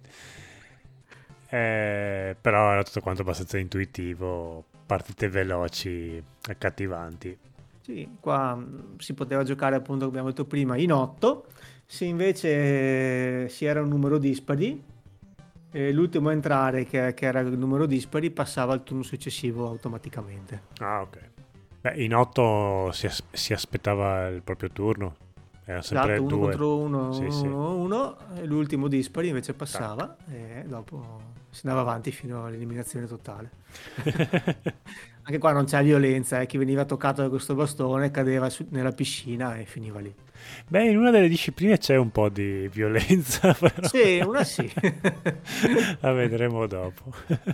Eh, però era tutto quanto abbastanza intuitivo, partite veloci, accattivanti. Sì, qua mh, si poteva giocare appunto, come abbiamo detto prima, in otto. Se invece eh, si era un numero dispari, eh, l'ultimo a entrare, che, che era il numero dispari, passava al turno successivo automaticamente. Ah, ok. Beh, in otto si, as- si aspettava il proprio turno, erano Esatto, sempre uno due. contro uno, Sì, sì. uno, uno, e l'ultimo dispari invece Tac. passava e dopo si andava avanti fino all'eliminazione totale. Anche qua non c'è violenza, eh. Chi veniva toccato da questo bastone cadeva su- nella piscina e finiva lì. Beh, in una delle discipline c'è un po' di violenza, però Sì, una sì. la vedremo dopo.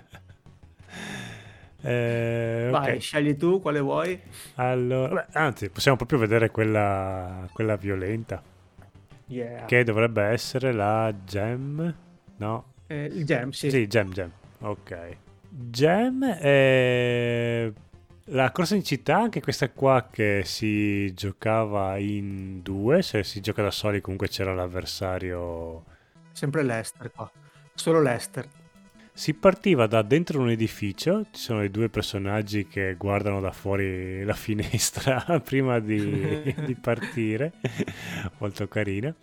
Eh, Vai, ok, scegli tu quale vuoi. allora, beh, anzi, possiamo proprio vedere quella, quella violenta. Yeah. che dovrebbe essere la Gem, no? Eh, il Gem, sì. Sì, Gem, Gem, ok. Gem è la corsa in città, anche questa qua che si giocava in due, se si gioca da soli comunque c'era l'avversario. Sempre l'Ester qua, solo l'Ester. Si partiva da dentro un edificio, ci sono i due personaggi che guardano da fuori la finestra prima di, di partire, molto carina.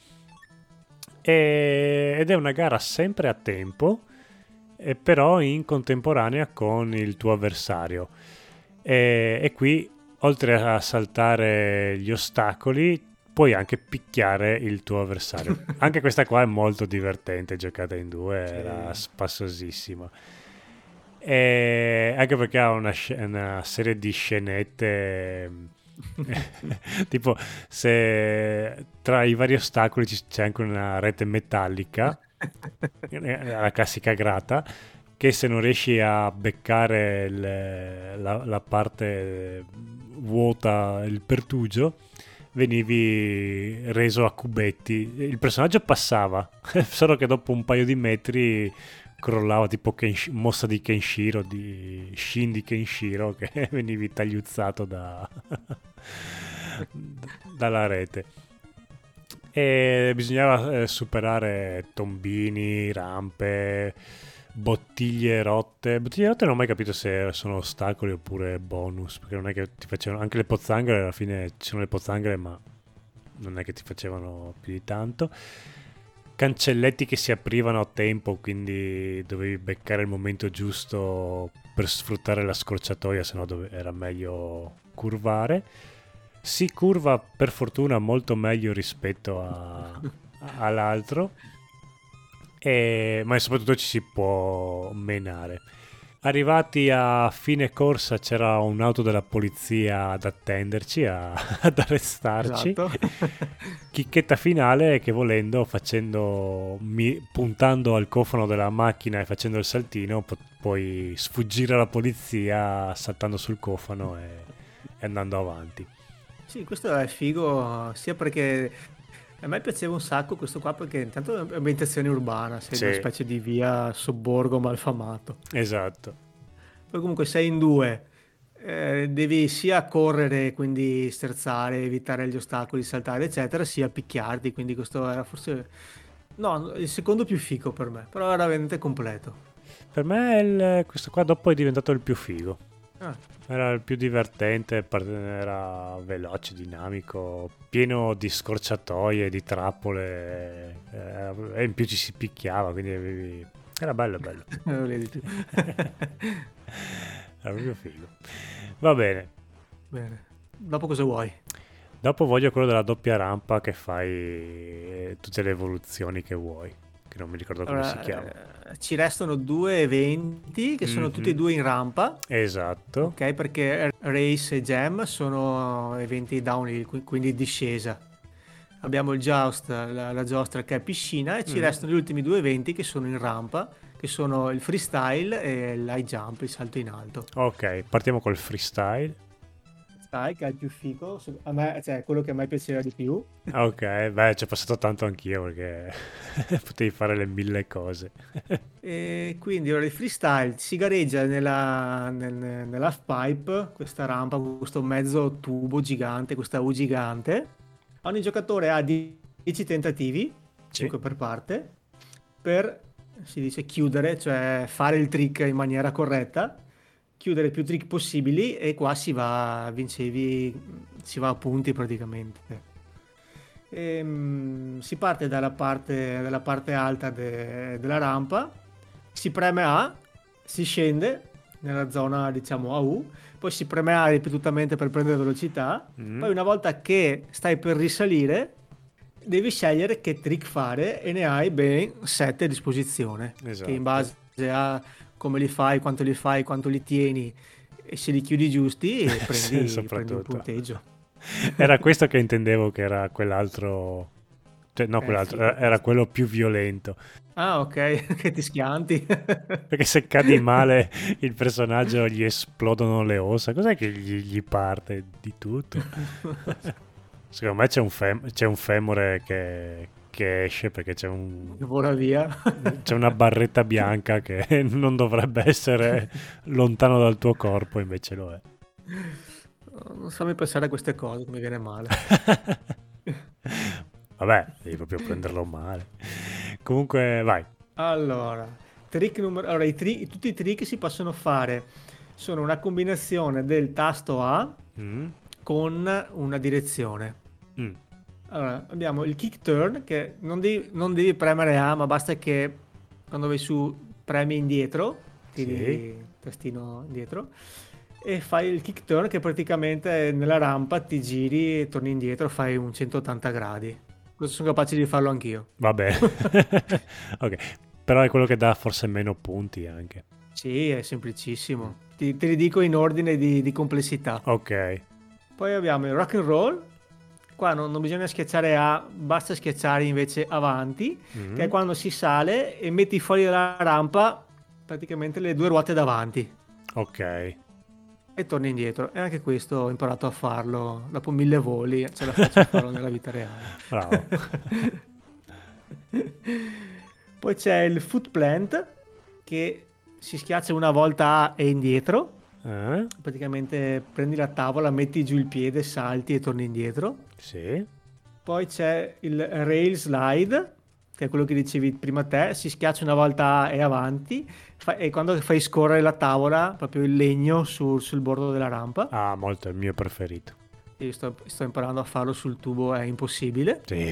E, ed è una gara sempre a tempo, e però in contemporanea con il tuo avversario. E, e qui, oltre a saltare gli ostacoli, puoi anche picchiare il tuo avversario. Anche questa qua è molto divertente, giocata in due, Sì. era spassosissima. E anche perché ha una, sc- una serie di scenette tipo se tra i vari ostacoli ci- c'è anche una rete metallica, eh, la classica grata, che se non riesci a beccare il- la, la parte vuota, il pertugio, venivi reso a cubetti. Il personaggio passava, solo che dopo un paio di metri crollava, tipo Kensh- mossa di Kenshiro, di Shin di Kenshiro, che venivi tagliuzzato da dalla rete. E bisognava eh, superare tombini, rampe, bottiglie rotte. Bottiglie rotte non ho mai capito se sono ostacoli oppure bonus, perché non è che ti facevano anche le pozzanghere, alla fine ci sono le pozzanghere, ma non è che ti facevano più di tanto. Cancelletti che si aprivano a tempo, quindi dovevi beccare il momento giusto per sfruttare la scorciatoia, se no dove- era meglio curvare. Si curva per fortuna molto meglio rispetto a- all'altro, e- ma soprattutto ci si può menare. Arrivati a fine corsa c'era un'auto della polizia ad attenderci, a- ad arrestarci. Esatto. Chicchetta finale che volendo, facendo mi- puntando al cofano della macchina e facendo il saltino, pu- puoi sfuggire alla polizia saltando sul cofano e, e andando avanti. Sì, questo è figo, sia perché a me piaceva un sacco questo qua, perché intanto è ambientazione urbana, sei in una Sì, specie di via sobborgo malfamato. esatto. Poi comunque sei in due, eh, devi sia correre, quindi sterzare, evitare gli ostacoli, saltare, eccetera, sia picchiarti, quindi questo era forse, no, il secondo più figo per me, però era veramente completo. Per me il- questo qua dopo è diventato il più figo. Ah, Era il più divertente, par- era veloce, dinamico, pieno di scorciatoie, di trappole, eh, e in più ci si picchiava, quindi avevi- era bello, bello. non lo vedi più. Era proprio figo. Va bene. Bene. Dopo cosa vuoi? Dopo voglio quello della doppia rampa che fai eh, tutte le evoluzioni che vuoi, che non mi ricordo come si chiama. Allora, eh, ci restano due eventi che sono tutti e Mhm. due in rampa, Esatto. ok? Perché Race e Jam sono eventi downhill, qui- quindi discesa. Abbiamo il Joust, la, la giostra che è piscina, e ci Mm. restano gli ultimi due eventi che sono in rampa, che sono il freestyle e l'high jump, il salto in alto. Ok, partiamo col freestyle. Sai che è il più figo, a me, cioè quello che a me piaceva di più. Ok, beh, ci ho passato tanto anch'io perché potevi fare le mille cose. E quindi ora il freestyle si gareggia nella, nel, nell'half pipe, questa rampa, questo mezzo tubo gigante, questa U gigante. Ogni giocatore ha dieci tentativi, Sì. cinque per parte, per, si dice, chiudere, cioè fare il trick in maniera corretta, chiudere più trick possibili, e qua si va, vincevi, si va a punti praticamente. Ehm, si parte dalla parte, dalla parte alta de- della rampa, si preme A, si scende nella zona diciamo A U, poi si preme A ripetutamente per prendere velocità, Mm. poi una volta che stai per risalire devi scegliere che trick fare, e ne hai ben sette a disposizione, che Esatto. in base a come li fai, quanto li fai, quanto li tieni, e se li chiudi giusti prendi, prendi un Soprattutto. punteggio. Era questo che intendevo, che era quell'altro, cioè no, Eh, quell'altro, sì. era, era quello più violento. Ah, ok, che ti schianti. Perché se cadi male il personaggio gli esplodono le ossa. Cos'è che gli, gli parte di tutto? Secondo me c'è un, fem- c'è un femore che, che esce perché c'è un che vola via. c'è una barretta bianca che non dovrebbe essere lontano dal tuo corpo, invece lo è. Non so mi pensare a queste cose, mi viene male. Vabbè, devi proprio prenderlo male. Comunque, vai. Allora, trick numero... allora i tri- tutti i trick si possono fare. Sono una combinazione del tasto A Mm, con una direzione. mm, Allora, abbiamo il kick turn che non devi, non devi premere A, ma basta che quando vai su premi indietro, tiri sì. il tastino indietro e fai il kick turn che praticamente nella rampa ti giri, torni indietro, fai un centottanta gradi. Questo sono capace di farlo anch'io. Vabbè. Ok, però è quello che dà forse meno punti anche. Sì, è semplicissimo. Ti- te li dico in ordine di, di complessità. Ok. Poi abbiamo il rock and roll. Qua non, non bisogna schiacciare A, basta schiacciare invece avanti, che è Mm, quando si sale e metti fuori dalla rampa praticamente le due ruote davanti ok. e torni indietro. E anche questo ho imparato a farlo dopo mille voli, ce la faccio a farlo nella vita reale. Bravo. Poi c'è il foot plant che si schiaccia una volta A e indietro. Eh? Praticamente prendi la tavola, metti giù il piede, salti e torni indietro. Sì. Poi c'è il rail slide, che è quello che dicevi prima te, si schiaccia una volta A e avanti, fa- e quando fai scorrere la tavola, proprio il legno sul, sul bordo della rampa. Ah, molto, è il mio preferito. Io sto, sto imparando a farlo sul tubo, è impossibile. Sì.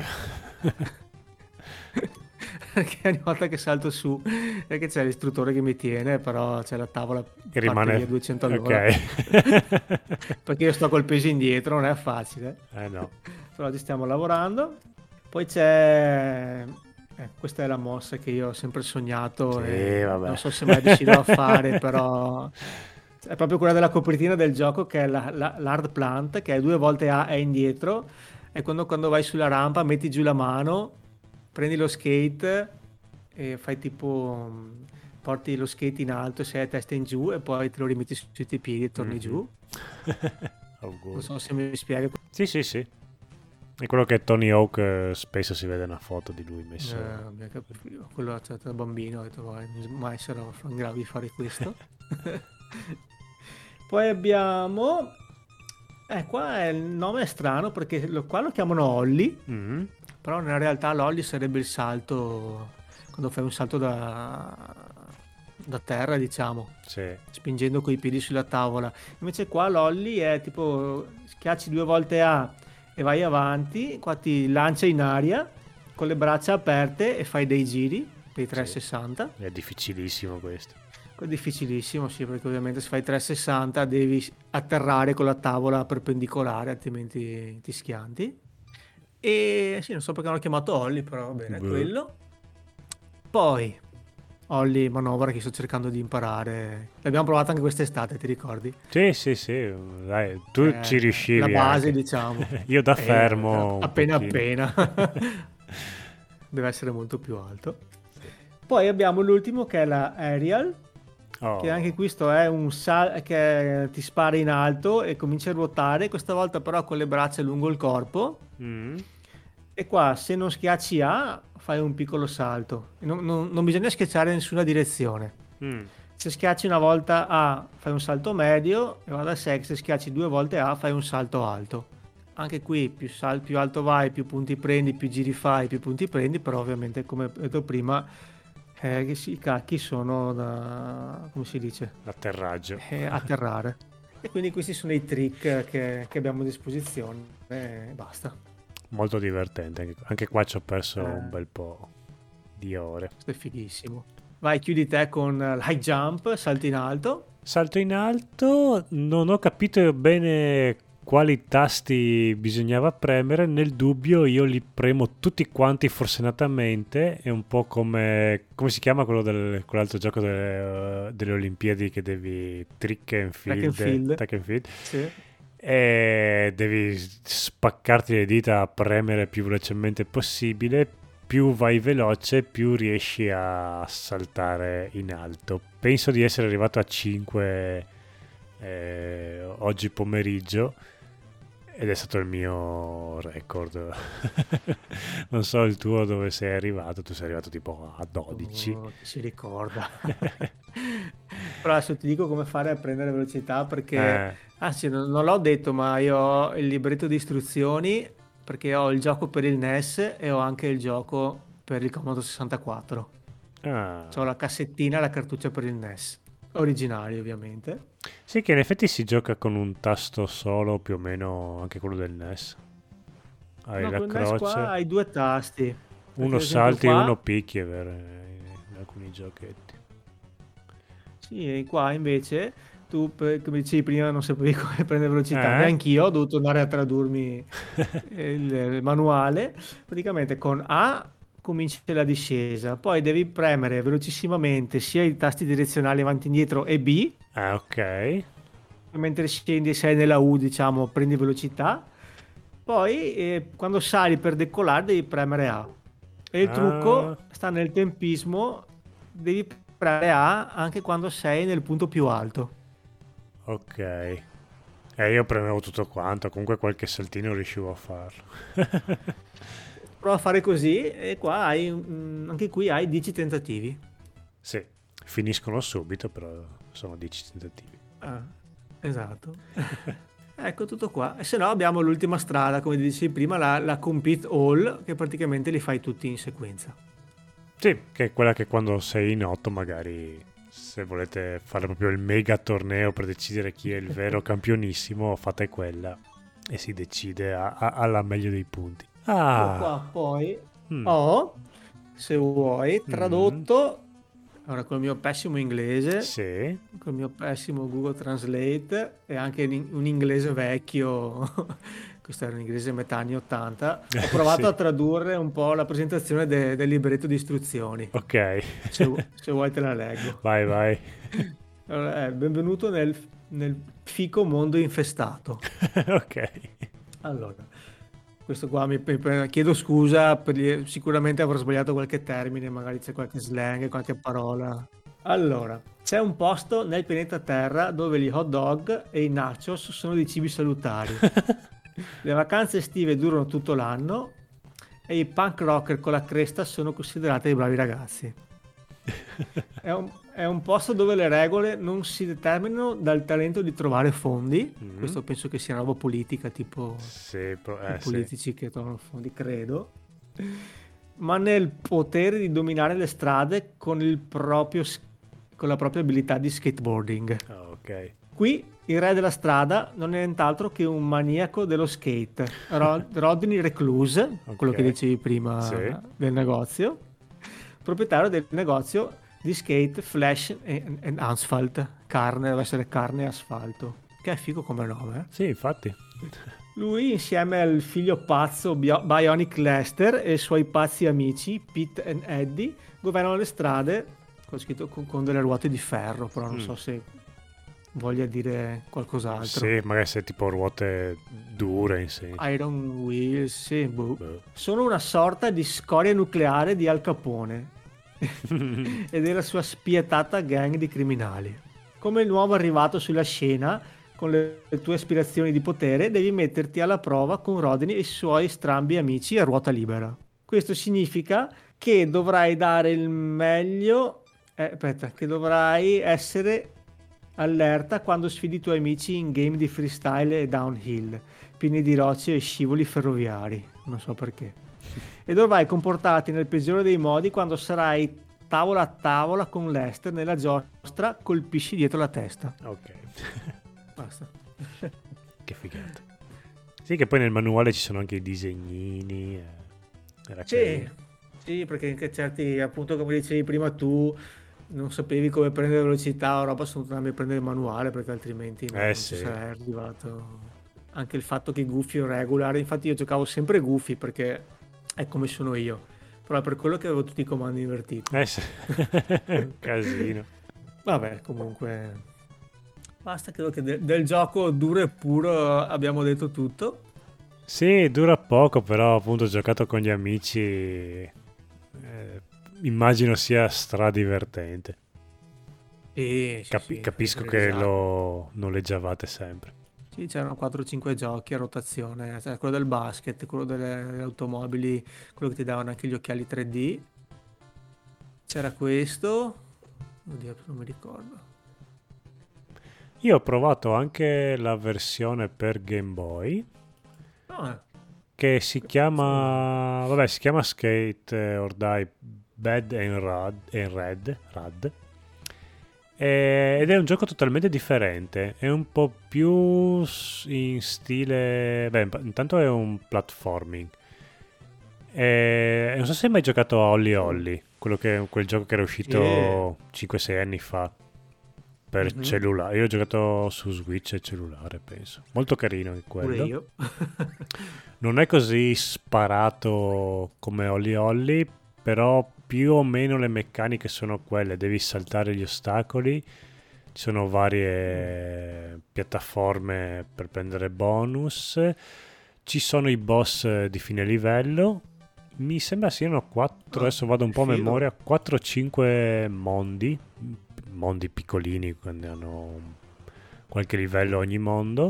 Perché ogni volta che salto su, perché c'è l'istruttore che mi tiene, però c'è la tavola Che parte rimane... via duecento all'ora. Ok. Perché io sto col peso indietro, non è facile. Eh no. Però ci stiamo lavorando. Poi c'è... eh, questa è la mossa che io ho sempre sognato Sì, e vabbè. non so se mai riuscirò a fare, però è proprio quella della copertina del gioco che è la, la- l'hard plant, che è due volte A e indietro, e quando, quando vai sulla rampa metti giù la mano, prendi lo skate e fai tipo... mh, porti lo skate in alto, sei a testa in giù e poi te lo rimetti su- sui tuoi piedi e torni Mhm. giù. Non Auguri. so se mi spiego. Sì, sì, sì. È quello che Tony Hawk eh, spesso si vede una foto di lui messo. Eh, mi ha cap- quello cioè, da bambino ho detto "Vai, mai sarò in grado di fare questo". Poi abbiamo eh qua è- il nome è strano perché lo- qua lo chiamano Ollie, Mm, però nella realtà l'Ollie sarebbe il salto quando fai un salto da, da terra, diciamo, sì. spingendo coi piedi sulla tavola. Invece qua l'Ollie è tipo schiacci due volte A e vai avanti, qua ti lancia in aria con le braccia aperte e fai dei giri, dei Sì. trecentosessanta. È difficilissimo questo. È difficilissimo, sì, perché ovviamente se fai trecentosessanta devi atterrare con la tavola perpendicolare, altrimenti ti schianti. E sì, non so perché l'hanno chiamato Ollie, però va bene, è Boh. quello. Poi Ollie manovra che sto cercando di imparare. L'abbiamo provato anche quest'estate, ti ricordi? Sì, sì, sì. Dai, tu Eh, ci riuscivi la base, anche. diciamo. Io da Eh, fermo un appena pochino. appena. Deve essere molto più alto. Sì. Poi abbiamo l'ultimo che è la aerial, Oh. che anche questo è un sal che ti spara in alto e comincia a ruotare, questa volta però con le braccia lungo il corpo. Mm, E qua se non schiacci A fai un piccolo salto. Non, non- non bisogna schiacciare in nessuna direzione. mm. Se schiacci una volta A fai un salto medio e va da sé che se schiacci due volte A fai un salto alto. Anche qui più, sal- più alto vai, più punti prendi, più giri fai, più punti prendi, però ovviamente come ho detto prima eh, che si- i cacchi sono da, come si dice, L'atterraggio. Eh, atterrare. E quindi questi sono i trick che, che abbiamo a disposizione e basta. Molto divertente. Anche, anche qua ci ho perso Eh. un bel po' di ore. Questo è fighissimo. Vai, chiudi te con l'high jump, salto in alto. Salto in alto, non ho capito bene quali tasti bisognava premere, nel dubbio io li premo tutti quanti forsennatamente, è un po' come, come si chiama quello del, quell'altro gioco delle, delle Olimpiadi che devi trick and Track and field, field. track and field, Sì. e devi spaccarti le dita a premere più velocemente possibile. Più vai veloce, più riesci a saltare in alto. Penso di essere arrivato a cinque eh, oggi pomeriggio ed è stato il mio record. Non so il tuo dove sei arrivato, tu sei arrivato tipo a dodici. Oh, chi si ricorda? Però adesso ti dico come fare a prendere velocità perché, Eh, anzi, non, non l'ho detto, ma io ho il libretto di istruzioni perché ho il gioco per il N E S e ho anche il gioco per il Commodore sessantaquattro. C'ho ah. la cassettina e la cartuccia per il N E S, originali ovviamente. Sì, che in effetti si gioca con un tasto solo, più o meno anche quello del N E S. Hai No, la con il N E S qua croce, hai due tasti, perché uno ad esempio salti e uno qua, picchi, è vero, in alcuni giochetti. sì, qua invece tu, per- come dicevi prima, non sapevi come prendere velocità, Eh? neanche io ho dovuto andare a tradurmi il, il manuale. Praticamente con A cominci la discesa, poi devi premere velocissimamente sia i tasti direzionali avanti e indietro e B, Ah, ok. mentre scendi e sei nella U, diciamo, prendi velocità. Poi eh, quando sali per decollare devi premere A. E il Ah, trucco sta nel tempismo, devi premere A anche quando sei nel punto più alto. ok. E io premevo tutto quanto, comunque qualche saltino riuscivo a farlo. Prova a fare così e qua hai, mm, anche qui hai dieci tentativi. Sì, finiscono subito, però sono dieci tentativi. Ah, esatto. Ecco tutto qua. E se no abbiamo l'ultima strada, come dicevi prima, la, la Compete All, che praticamente li fai tutti in sequenza. Sì, che è quella che quando sei in otto magari, se volete fare proprio il mega torneo per decidere chi è il vero campionissimo, fate quella e si decide a- a- alla meglio dei punti. Io Ah, qua poi mm, ho, se vuoi, mm, tradotto, ora col mio pessimo inglese, sì, col mio pessimo Google Translate e anche in- un inglese vecchio, questo era un inglese metà anni ottanta, ho provato sì, a tradurre un po' la presentazione de- del libretto di istruzioni. ok, Se, vu- se vuoi te la leggo. vai, vai. Allora, eh, benvenuto nel, nel fico mondo infestato. Ok, Allora, questo qua mi, mi- chiedo scusa, per gli- sicuramente avrò sbagliato qualche termine, magari c'è qualche slang, qualche parola. Allora, c'è un posto nel pianeta Terra dove gli hot dog e i nachos sono dei cibi salutari. Le vacanze estive durano tutto l'anno e i punk rocker con la cresta sono considerati dei bravi ragazzi. È un, è un posto dove le regole non si determinano dal talento di trovare fondi. mm, Questo penso che sia una roba politica, tipo sì, pro- i eh, sì, politici che trovano fondi, credo. Ma nel potere di dominare le strade con il proprio, s- con la propria abilità di skateboarding. ah, ok, Qui il re della strada non è nient'altro che un maniaco dello skate, Ro- Rodney Recluse, quello che ok, dicevi sì, prima del negozio, proprietario del negozio di skate Flash and, and Asphalt, carne, deve essere carne e asfalto, che è figo come nome. sì, infatti. eh. Lui, insieme al figlio pazzo Bio- Bionic Lester e i suoi pazzi amici Pete e Eddie, governano le strade con, scritto, con, con delle ruote di ferro, però non Mm. so se voglia dire qualcos'altro. Sì, magari se tipo ruote dure in senso. Iron Wheels, sì, boh. Boh. Sono una sorta di scoria nucleare di Al Capone e della sua spietata gang di criminali. Come il nuovo arrivato sulla scena, con le, le tue aspirazioni di potere, devi metterti alla prova con Rodney e i suoi strambi amici a ruota libera. Questo significa che dovrai dare il meglio, eh, aspetta, che dovrai essere allerta quando sfidi i tuoi amici in game di freestyle e downhill, pieni di rocce e scivoli ferroviari. Non so perché. E dovrai comportarti nel peggiore dei modi quando sarai tavola a tavola con Lester nella giostra, colpisci dietro la testa. Ok, Basta. che figata. Sì, che poi nel manuale ci sono anche i disegnini. eh, Era Sì, carino. sì, perché anche certi, appunto, come dicevi prima tu, non sapevi come prendere velocità o roba, sono dovuto a prendere il manuale perché altrimenti non, Eh non ci sì. sarei arrivato. Anche il fatto che Goofy o regular, infatti io giocavo sempre Goofy perché è come sono io, però è per quello che avevo tutti i comandi invertiti. Eh sì. Casino. Vabbè, comunque, basta, credo che de- del gioco duro e puro abbiamo detto tutto. Sì, dura poco, però appunto ho giocato con gli amici. eh, immagino sia stradivertente. Sì, sì, Capi- sì, fai capisco delle che risate. lo noleggiavate sempre. Sì, c'erano quattro cinque giochi a rotazione, cioè quello del basket, quello delle, delle automobili, quello che ti davano anche gli occhiali tre D. C'era questo, oddio, non mi ricordo. Io ho provato anche la versione per Game Boy Ah, che si questo non l'ho. chiama, vabbè, si chiama Skate eh, or Die Bad and Rad, and Red, Rad. E- ed è un gioco totalmente differente, è un po' più s- in stile, beh, imp- intanto è un platforming. E non so se hai mai giocato a Holly Oh, Holly, quello che, quel gioco che era sì. uscito cinque sei anni fa per Mhm. cellulare. Io ho giocato su Switch e cellulare, penso. Molto carino anche Pure quello. io. Non è così sparato come Holly Holly, però più o meno le meccaniche sono quelle. Devi saltare gli ostacoli, ci sono Mm. varie piattaforme per prendere bonus, ci sono i boss eh, di fine livello. Mi sembra siano quattro, Ah, adesso vado un che po' a figo. memoria, quattro o cinque mondi, mondi piccolini, quindi hanno qualche livello ogni mondo.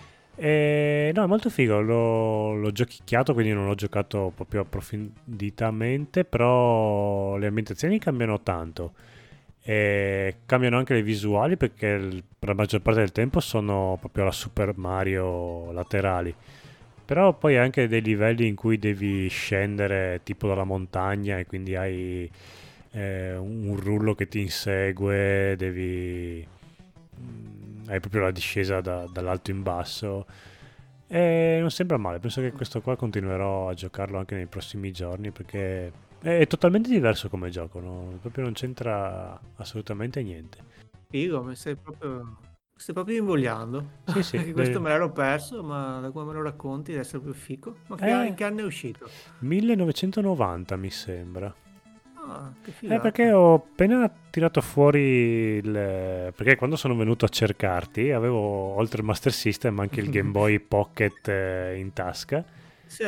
E, no, è molto figo, l'ho, l'ho giochicchiato, quindi non l'ho giocato proprio approfonditamente, però le ambientazioni cambiano tanto. E cambiano anche le visuali perché il- per la maggior parte del tempo sono proprio alla Super Mario laterali. Però poi hai anche dei livelli in cui devi scendere tipo dalla montagna e quindi hai eh, un rullo che ti insegue, devi... mm, hai proprio la discesa da- dall'alto in basso. E non sembra male, penso che questo qua continuerò a giocarlo anche nei prossimi giorni perché è, è totalmente diverso come gioco, no? Proprio non c'entra assolutamente niente. Figo, mi stai proprio, stai proprio invogliando. Sì, sì, Perché questo beh, me l'ero perso, ma da come me lo racconti deve essere più figo. Ma che, è in che anno è uscito? millenovecentonovanta mi sembra. Ah, che Eh, perché figata. ho appena tirato fuori il... Perché quando sono venuto a cercarti avevo oltre il Master System anche il Game Boy Pocket eh, in tasca. Sì.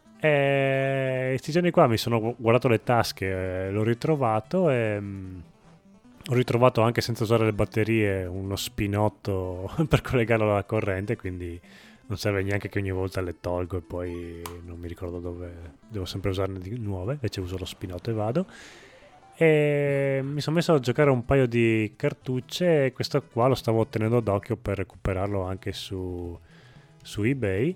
E questi giorni qua mi sono gu- guardato le tasche, eh, l'ho ritrovato e mm, ho ritrovato anche senza usare le batterie uno spinotto per collegarlo alla corrente, quindi non serve neanche che ogni volta le tolgo e poi non mi ricordo dove devo sempre usarne di nuove, invece uso lo spinotto e vado. E mi sono messo a giocare un paio di cartucce e questo qua lo stavo tenendo d'occhio per recuperarlo anche su, su eBay.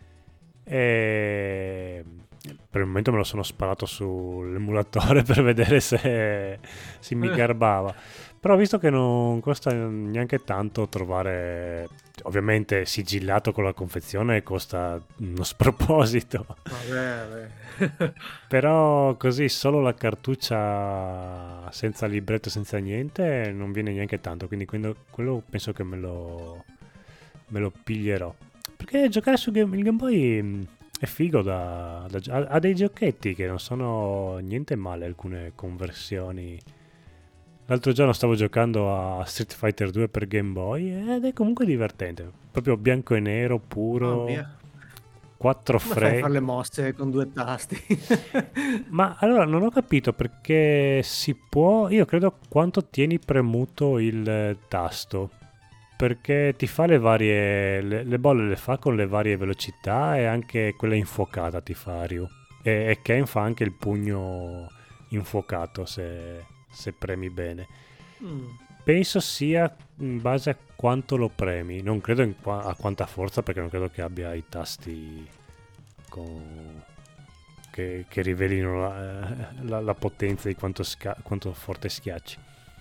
E per il momento me lo sono sparato sull'emulatore per vedere se, se mi Eh, garbava. Però visto che non costa neanche tanto trovare, ovviamente sigillato con la confezione costa uno sproposito. vabbè, vabbè. Però così solo la cartuccia senza libretto, senza niente, non viene neanche tanto. Quindi quello, quello penso che me lo, me lo piglierò. Perché giocare su Game, il Game Boy mh, è figo da, da gio- ha, ha dei giochetti che non sono niente male, alcune conversioni. L'altro giorno stavo giocando a Street Fighter due per Game Boy ed è comunque divertente. Proprio bianco e nero, Mamma puro, mia. quattro Come fai a fare frame. le mosse con due tasti? Ma allora non ho capito perché si può. Io credo quanto tieni premuto il eh, tasto. Perché ti fa le varie. Le, le bolle le fa con le varie velocità e anche quella infuocata ti fa Ryu. E, e Ken fa anche il pugno infuocato se, se premi bene. Mm. Penso sia in base a quanto lo premi. Non credo in qua- a quanta forza perché non credo che abbia i tasti con- che, che rivelino la, la- la potenza di quanto, sca- quanto forte schiacci.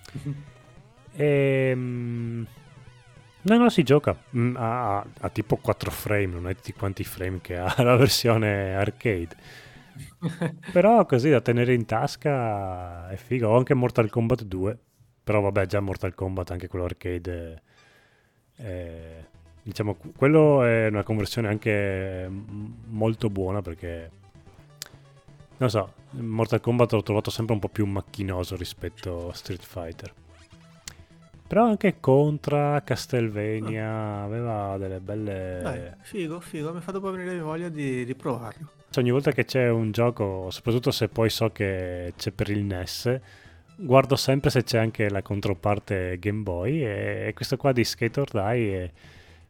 Ehm, no, no, si gioca mm, a, a- a tipo quattro frame, non è di quanti frame che ha la versione arcade. Però così da tenere in tasca è figo. Ho anche Mortal Kombat due. Però vabbè, già Mortal Kombat, anche quello arcade, è- è- diciamo, quello è una conversione anche mm, molto buona perché non so, Mortal Kombat l'ho trovato sempre un po' più macchinoso rispetto a Street Fighter. Però anche Contra, Ah, Castlevania, aveva delle dai, belle... figo, figo, mi ha fatto proprio venire voglia di, di provarlo. Cioè, ogni volta che c'è un gioco, soprattutto se poi so che c'è per il N E S, guardo sempre se c'è anche la controparte Game Boy e questo qua di Skate or Die è-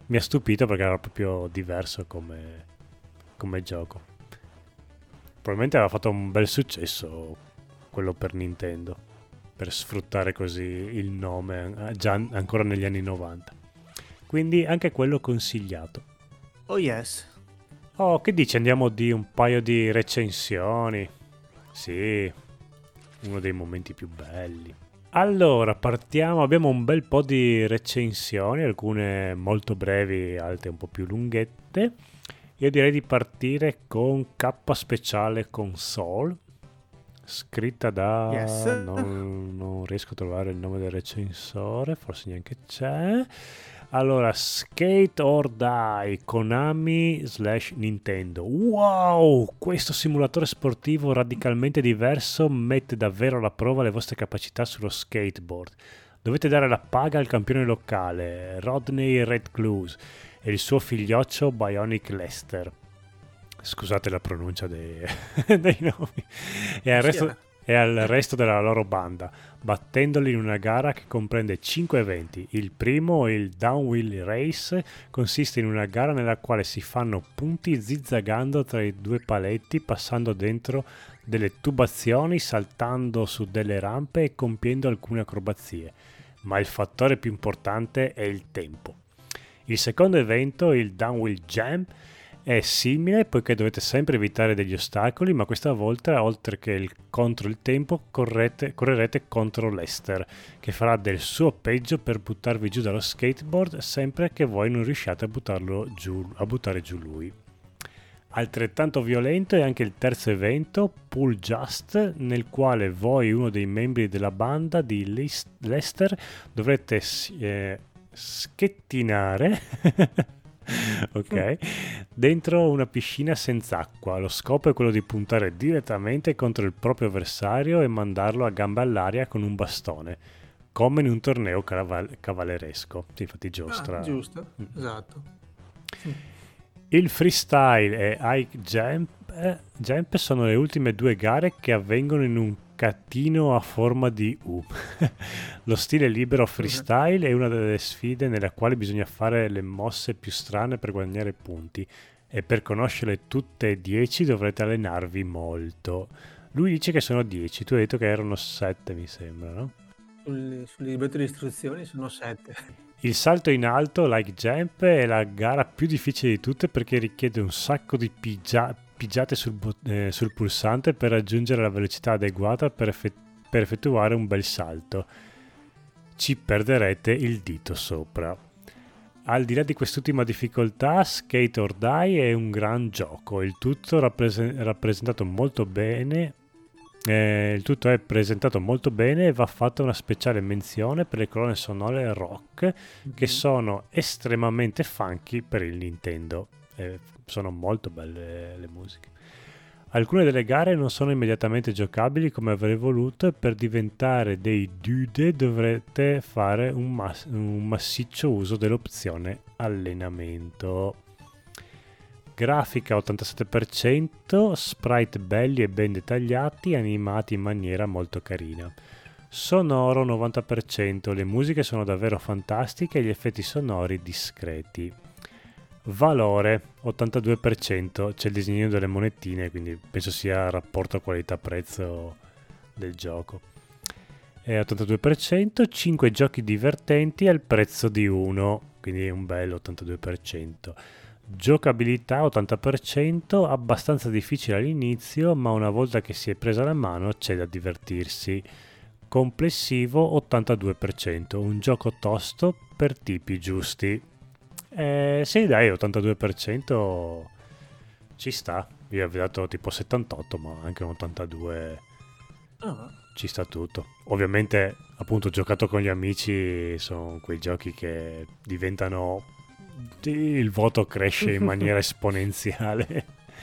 mi ha stupito perché era proprio diverso come, come gioco. Probabilmente aveva fatto un bel successo quello per Nintendo, per sfruttare così il nome eh, già ancora negli anni novanta. Quindi anche quello consigliato. Oh yes. Oh, che dici? Andiamo di un paio di recensioni. Sì, uno dei momenti più belli. Allora, partiamo. Abbiamo un bel po' di recensioni, alcune molto brevi, altre un po' più lunghette. Io direi di partire con K Speciale Console, scritta da... Yes. Non, non riesco a trovare il nome del recensore, forse neanche c'è. Allora, Skate or Die, Konami slash Nintendo. Wow, questo simulatore sportivo radicalmente diverso mette davvero alla prova le vostre capacità sullo skateboard. Dovete dare la paga al campione locale, Rodney Redcluse, e il suo figlioccio Bionic Lester. Scusate la pronuncia dei, dei nomi. E al resto... e al resto della loro banda, battendoli in una gara che comprende cinque eventi. Il primo, il Downhill Race, consiste in una gara nella quale si fanno punti zizzagando tra i due paletti, passando dentro delle tubazioni, saltando su delle rampe e compiendo alcune acrobazie. Ma il fattore più importante è il tempo. Il secondo evento, il Downhill Jam, è simile poiché dovete sempre evitare degli ostacoli, ma questa volta, oltre che il, contro il tempo, correte, correrete contro Lester, che farà del suo peggio per buttarvi giù dallo skateboard sempre che voi non riusciate a buttarlo giù, a buttare giù lui. Altrettanto violento è anche il terzo evento, Pull Just, nel quale voi, uno dei membri della banda di Lester, dovrete eh, schettinare ok, dentro una piscina senza acqua. Lo scopo è quello di puntare direttamente contro il proprio avversario e mandarlo a gamba all'aria con un bastone, come in un torneo caval- cavalleresco. Sì, infatti giostra. Ah, giusto, mm. esatto. Il freestyle e high jump, eh, jump sono le ultime due gare che avvengono in un catino a forma di U. Lo stile libero freestyle è una delle sfide nella quale bisogna fare le mosse più strane per guadagnare punti, e per conoscerle tutte e dieci dovrete allenarvi molto. Lui dice che sono dieci, tu hai detto che erano sette, mi sembra, no? Sul, sul libretto di istruzioni sono sette. Il salto in alto, like jump, è la gara più difficile di tutte perché richiede un sacco di pigia- pigiate sul, eh, sul pulsante per raggiungere la velocità adeguata per, effett- per effettuare un bel salto. Ci perderete il dito sopra. Al di là di quest'ultima difficoltà, Skate or Die è un gran gioco. Il tutto rappres- rappresentato molto bene. Eh, il tutto è presentato molto bene e va fatta una speciale menzione per le colonne sonore rock, mm-hmm. che sono estremamente funky per il Nintendo. Eh, sono molto belle le musiche. Alcune delle gare non sono immediatamente giocabili come avrei voluto, e per diventare dei dude dovrete fare un, mass- un massiccio uso dell'opzione allenamento. Grafica ottantasette per cento, sprite belli e ben dettagliati, animati in maniera molto carina. Sonoro novanta per cento, le musiche sono davvero fantastiche e gli effetti sonori discreti. Valore ottantadue per cento, c'è il disegnino delle monetine, quindi penso sia rapporto qualità-prezzo del gioco. E ottantadue per cento, cinque giochi divertenti al prezzo di uno, quindi un bel ottantadue per cento. Giocabilità ottanta per cento, abbastanza difficile all'inizio, ma una volta che si è presa la mano c'è da divertirsi. Complessivo ottantadue per cento, un gioco tosto per tipi giusti. Eh, sì, dai, ottantadue per cento ci sta. Io avevo dato tipo settantotto, ma anche un ottantadue oh. Ci sta tutto. Ovviamente, appunto, giocato con gli amici, sono quei giochi che diventano... il voto cresce in maniera esponenziale.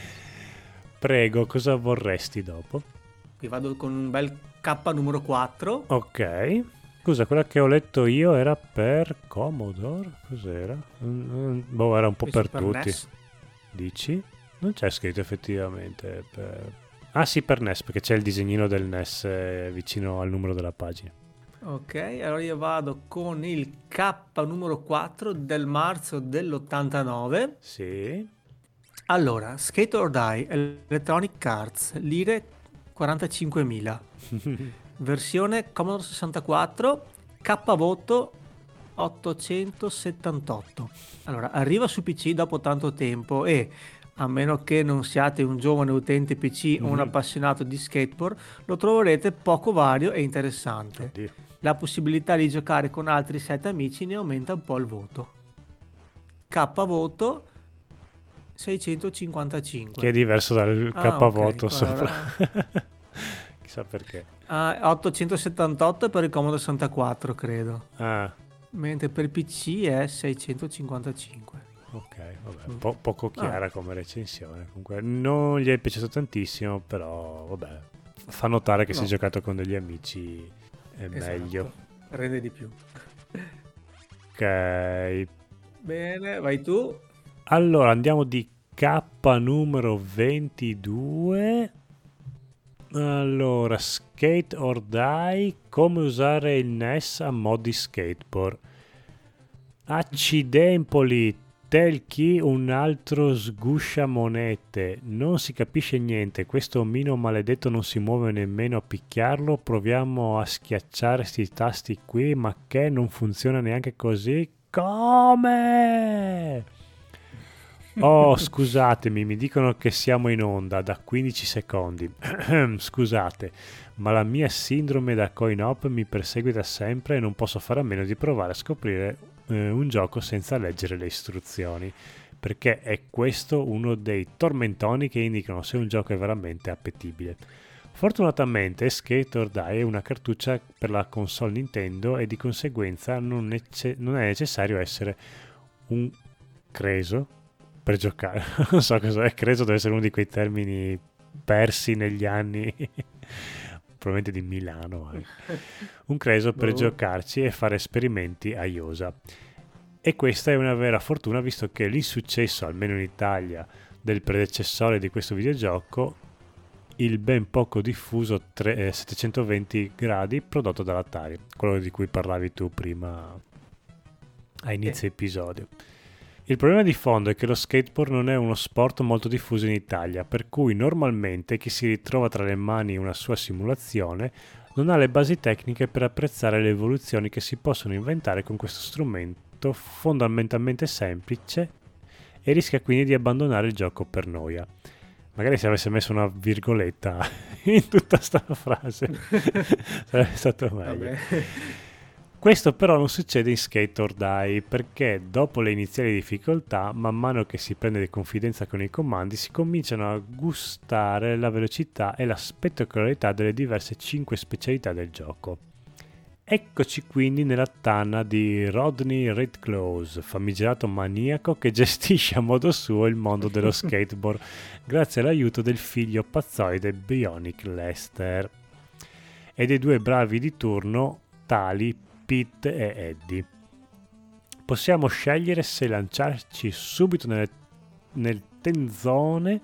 Prego, cosa vorresti dopo? Qui vado con un bel K numero quattro. Ok. Scusa, quella che ho letto io era per Commodore? Cos'era? Boh, era un po' per, per tutti. N E S. Dici? Non c'è scritto effettivamente per... Ah sì, per N E S, perché c'è il disegnino del N E S vicino al numero della pagina. Ok, allora io vado con il K numero quattro del marzo dell'ottantanove. Sì. Allora, Skate or Die, Electronic Arts, lire quarantacinquemila. Versione Commodore sessantaquattro, K voto ottocentosettantotto. Allora, arriva su P C dopo tanto tempo e, a meno che non siate un giovane utente P C o un appassionato di skateboard, lo troverete poco vario e interessante. Oddio. La possibilità di giocare con altri sette amici ne aumenta un po' il voto. K voto seicentocinquantacinque. Che è diverso dal Ah, ok, K-voto sopra. allora- Chissà perché. Ah, ottocentosettantotto per il Commodore sessantaquattro, credo. Ah, Mentre per P C è seicentocinquantacinque. ok, vabbè, Mm. po- poco chiara Ah. come recensione. Comunque non gli è piaciuto tantissimo, però vabbè, fa notare che No. se hai giocato con degli amici è Esatto. meglio. Rende di più. Ok, Bene, vai tu. allora andiamo di K numero ventidue. Allora, Skate or Die, come usare il N E S a mod di skateboard. Accidempoli, tel chi un altro sguscia monete. Non si capisce niente, questo omino maledetto non si muove nemmeno a picchiarlo. Proviamo a schiacciare sti tasti qui, ma che non funziona neanche così. Come? Oh, scusatemi, mi dicono che siamo in onda da quindici secondi. Scusate, ma la mia sindrome da coin-op mi persegue da sempre e non posso fare a meno di provare a scoprire eh, un gioco senza leggere le istruzioni, perché è questo uno dei tormentoni che indicano se un gioco è veramente appetibile. Fortunatamente Skate or Die è una cartuccia per la console Nintendo e di conseguenza non, nece- non è necessario essere un creso per giocare. Non so cosa è, credo deve essere uno di quei termini persi negli anni probabilmente di Milano anche. Un creso per Boh. giocarci e fare esperimenti a iosa. E questa è una vera fortuna, visto che l'insuccesso, almeno in Italia, del predecessore di questo videogioco, il ben poco diffuso tre, eh, settecentoventi gradi prodotto dall'Atari, quello di cui parlavi tu prima a inizio episodio. Il problema di fondo è che lo skateboard non è uno sport molto diffuso in Italia, per cui normalmente chi si ritrova tra le mani una sua simulazione non ha le basi tecniche per apprezzare le evoluzioni che si possono inventare con questo strumento fondamentalmente semplice e rischia quindi di abbandonare il gioco per noia. Magari se avesse messo una virgoletta in tutta sta frase sarebbe stato meglio. Vabbè. Questo però non succede in Skate or Die, perché dopo le iniziali difficoltà, man mano che si prende confidenza con i comandi, si cominciano a gustare la velocità e la spettacolarità delle diverse cinque specialità del gioco. Eccoci quindi nella tana di Rodney Redclose, famigerato maniaco che gestisce a modo suo il mondo dello skateboard grazie all'aiuto del figlio pazzoide Bionic Lester e dei due bravi di turno tali Pete e Eddie. Possiamo scegliere se lanciarci subito nelle, nel tenzone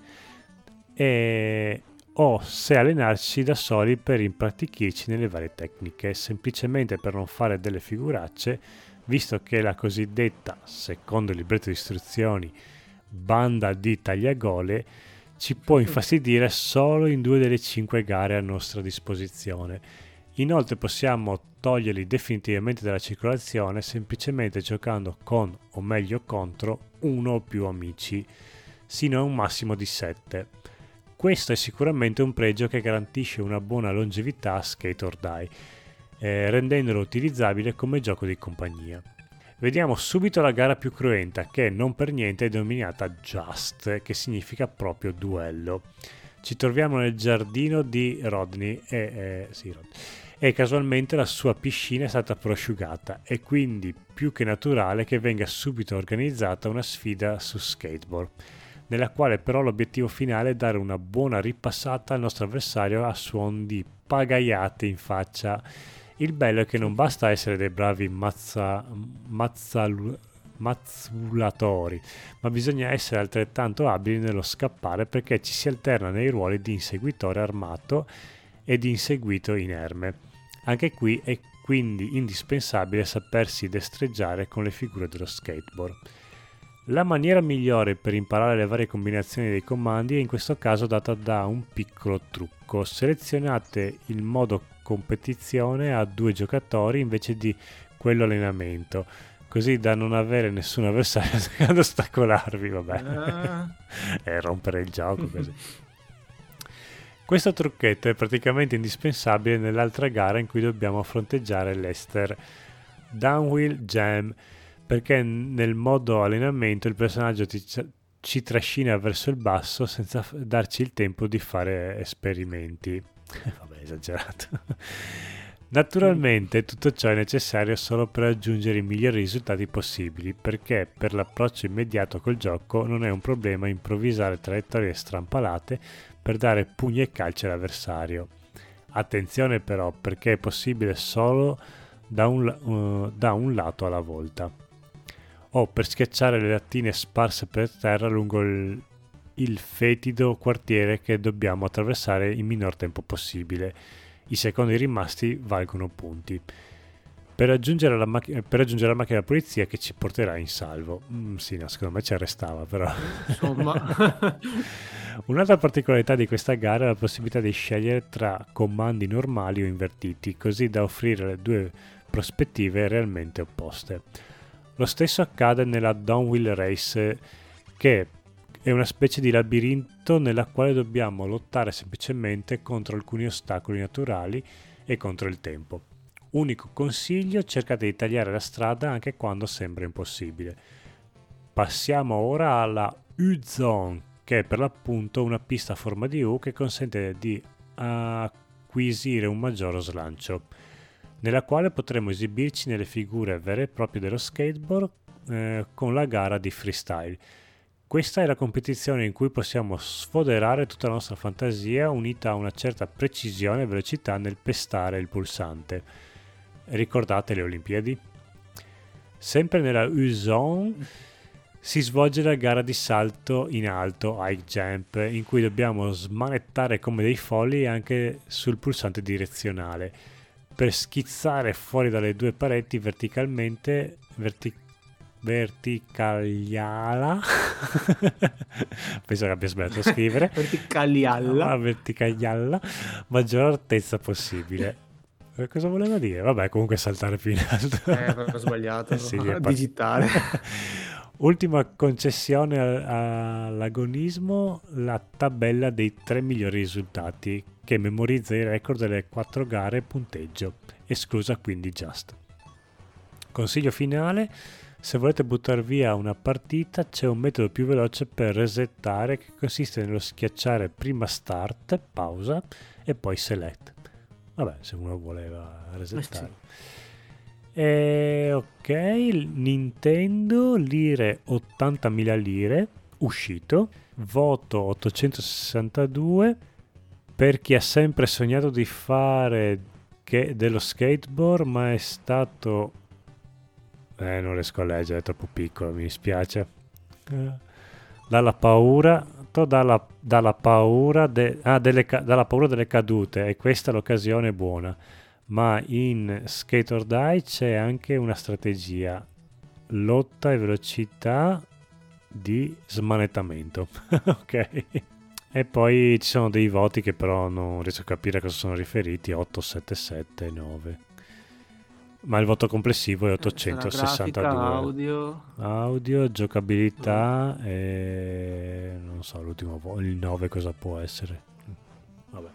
e, o se allenarci da soli per impratichirci nelle varie tecniche, semplicemente per non fare delle figuracce, visto che la cosiddetta, secondo il libretto di istruzioni, banda di tagliagole ci può infastidire solo in due delle cinque gare a nostra disposizione. Inoltre possiamo toglierli definitivamente dalla circolazione semplicemente giocando con, o meglio contro, uno o più amici, sino a un massimo di sette. Questo è sicuramente un pregio che garantisce una buona longevità a Skate or Die, eh, rendendolo utilizzabile come gioco di compagnia. Vediamo subito la gara più cruenta, che non per niente è denominata Just, che significa proprio duello. Ci troviamo nel giardino di Rodney e, eh, sì, Rodney. e casualmente la sua piscina è stata prosciugata, è quindi più che naturale che venga subito organizzata una sfida su skateboard, nella quale però l'obiettivo finale è dare una buona ripassata al nostro avversario a suon di pagaiate in faccia. Il bello è che non basta essere dei bravi mazza, mazzalu, mazzulatori, ma bisogna essere altrettanto abili nello scappare, perché ci si alterna nei ruoli di inseguitore armato e di inseguito inerme. Anche qui è quindi indispensabile sapersi destreggiare con le figure dello skateboard. La maniera migliore per imparare le varie combinazioni dei comandi è in questo caso data da un piccolo trucco. Selezionate il modo competizione a due giocatori invece di quello allenamento, così da non avere nessun avversario ad ostacolarvi, vabbè, Ah. e rompere il gioco così. Questo trucchetto è praticamente indispensabile nell'altra gara in cui dobbiamo fronteggiare l'Ester Downhill Jam, perché nel modo allenamento il personaggio ti, ci trascina verso il basso senza f- darci il tempo di fare esperimenti. Vabbè, esagerato. Naturalmente tutto ciò è necessario solo per raggiungere i migliori risultati possibili, perché per l'approccio immediato col gioco non è un problema improvvisare traiettorie strampalate per dare pugni e calci all'avversario. Attenzione però, perché è possibile solo da un, uh, da un lato alla volta, o per schiacciare le lattine sparse per terra lungo il, il fetido quartiere che dobbiamo attraversare in minor tempo possibile. I secondi rimasti valgono punti. Per raggiungere la, mac- per raggiungere la macchina della polizia che ci porterà in salvo. Mm, sì, no, secondo me ci arrestava, però. Insomma. Un'altra particolarità di questa gara è la possibilità di scegliere tra comandi normali o invertiti, così da offrire le due prospettive realmente opposte. Lo stesso accade nella Downhill Race, che è una specie di labirinto nella quale dobbiamo lottare semplicemente contro alcuni ostacoli naturali e contro il tempo. Unico consiglio: cercate di tagliare la strada anche quando sembra impossibile. Passiamo ora alla U-Zone, che è per l'appunto una pista a forma di U che consente di acquisire un maggiore slancio, nella quale potremo esibirci nelle figure vere e proprie dello skateboard eh, con la gara di freestyle. Questa è la competizione in cui possiamo sfoderare tutta la nostra fantasia unita a una certa precisione e velocità nel pestare il pulsante. Ricordate le Olimpiadi? Sempre nella U-Zone si svolge la gara di salto in alto, high jump, in cui dobbiamo smanettare come dei folli anche sul pulsante direzionale per schizzare fuori dalle due pareti verticalmente verti- verticaliala penso che abbia sbagliato a scrivere Verticalialla. ah, verticalialla maggior altezza possibile. Eh, cosa voleva dire? Vabbè, comunque saltare più in alto. Eh, ho sbagliato Sì, a è part- digitare. Ultima concessione al- all'agonismo, la tabella dei tre migliori risultati, che memorizza i record delle quattro gare e punteggio, esclusa quindi Just. Consiglio finale: se volete buttare via una partita c'è un metodo più veloce per resettare, che consiste nello schiacciare prima Start, pausa, e poi Select. Vabbè, se uno voleva resettare. Eh sì. E, ok, Nintendo, lire ottantamila lire, uscito, voto ottocentosessantadue, per chi ha sempre sognato di fare che dello skateboard ma è stato... Eh, non riesco a leggere, è troppo piccolo, mi dispiace. Eh, dalla paura, to dalla, dalla, paura de, ah, delle, dalla paura delle cadute, e questa è l'occasione buona. Ma in Skate or Die c'è anche una strategia: lotta e velocità di smanettamento. Ok. E poi ci sono dei voti che però non riesco a capire a cosa sono riferiti: otto, sette, sette, nove. Ma il voto complessivo è ottocentosessantadue. Grafica, audio, Audio, giocabilità e non so l'ultimo vo- il nove cosa può essere. Vabbè.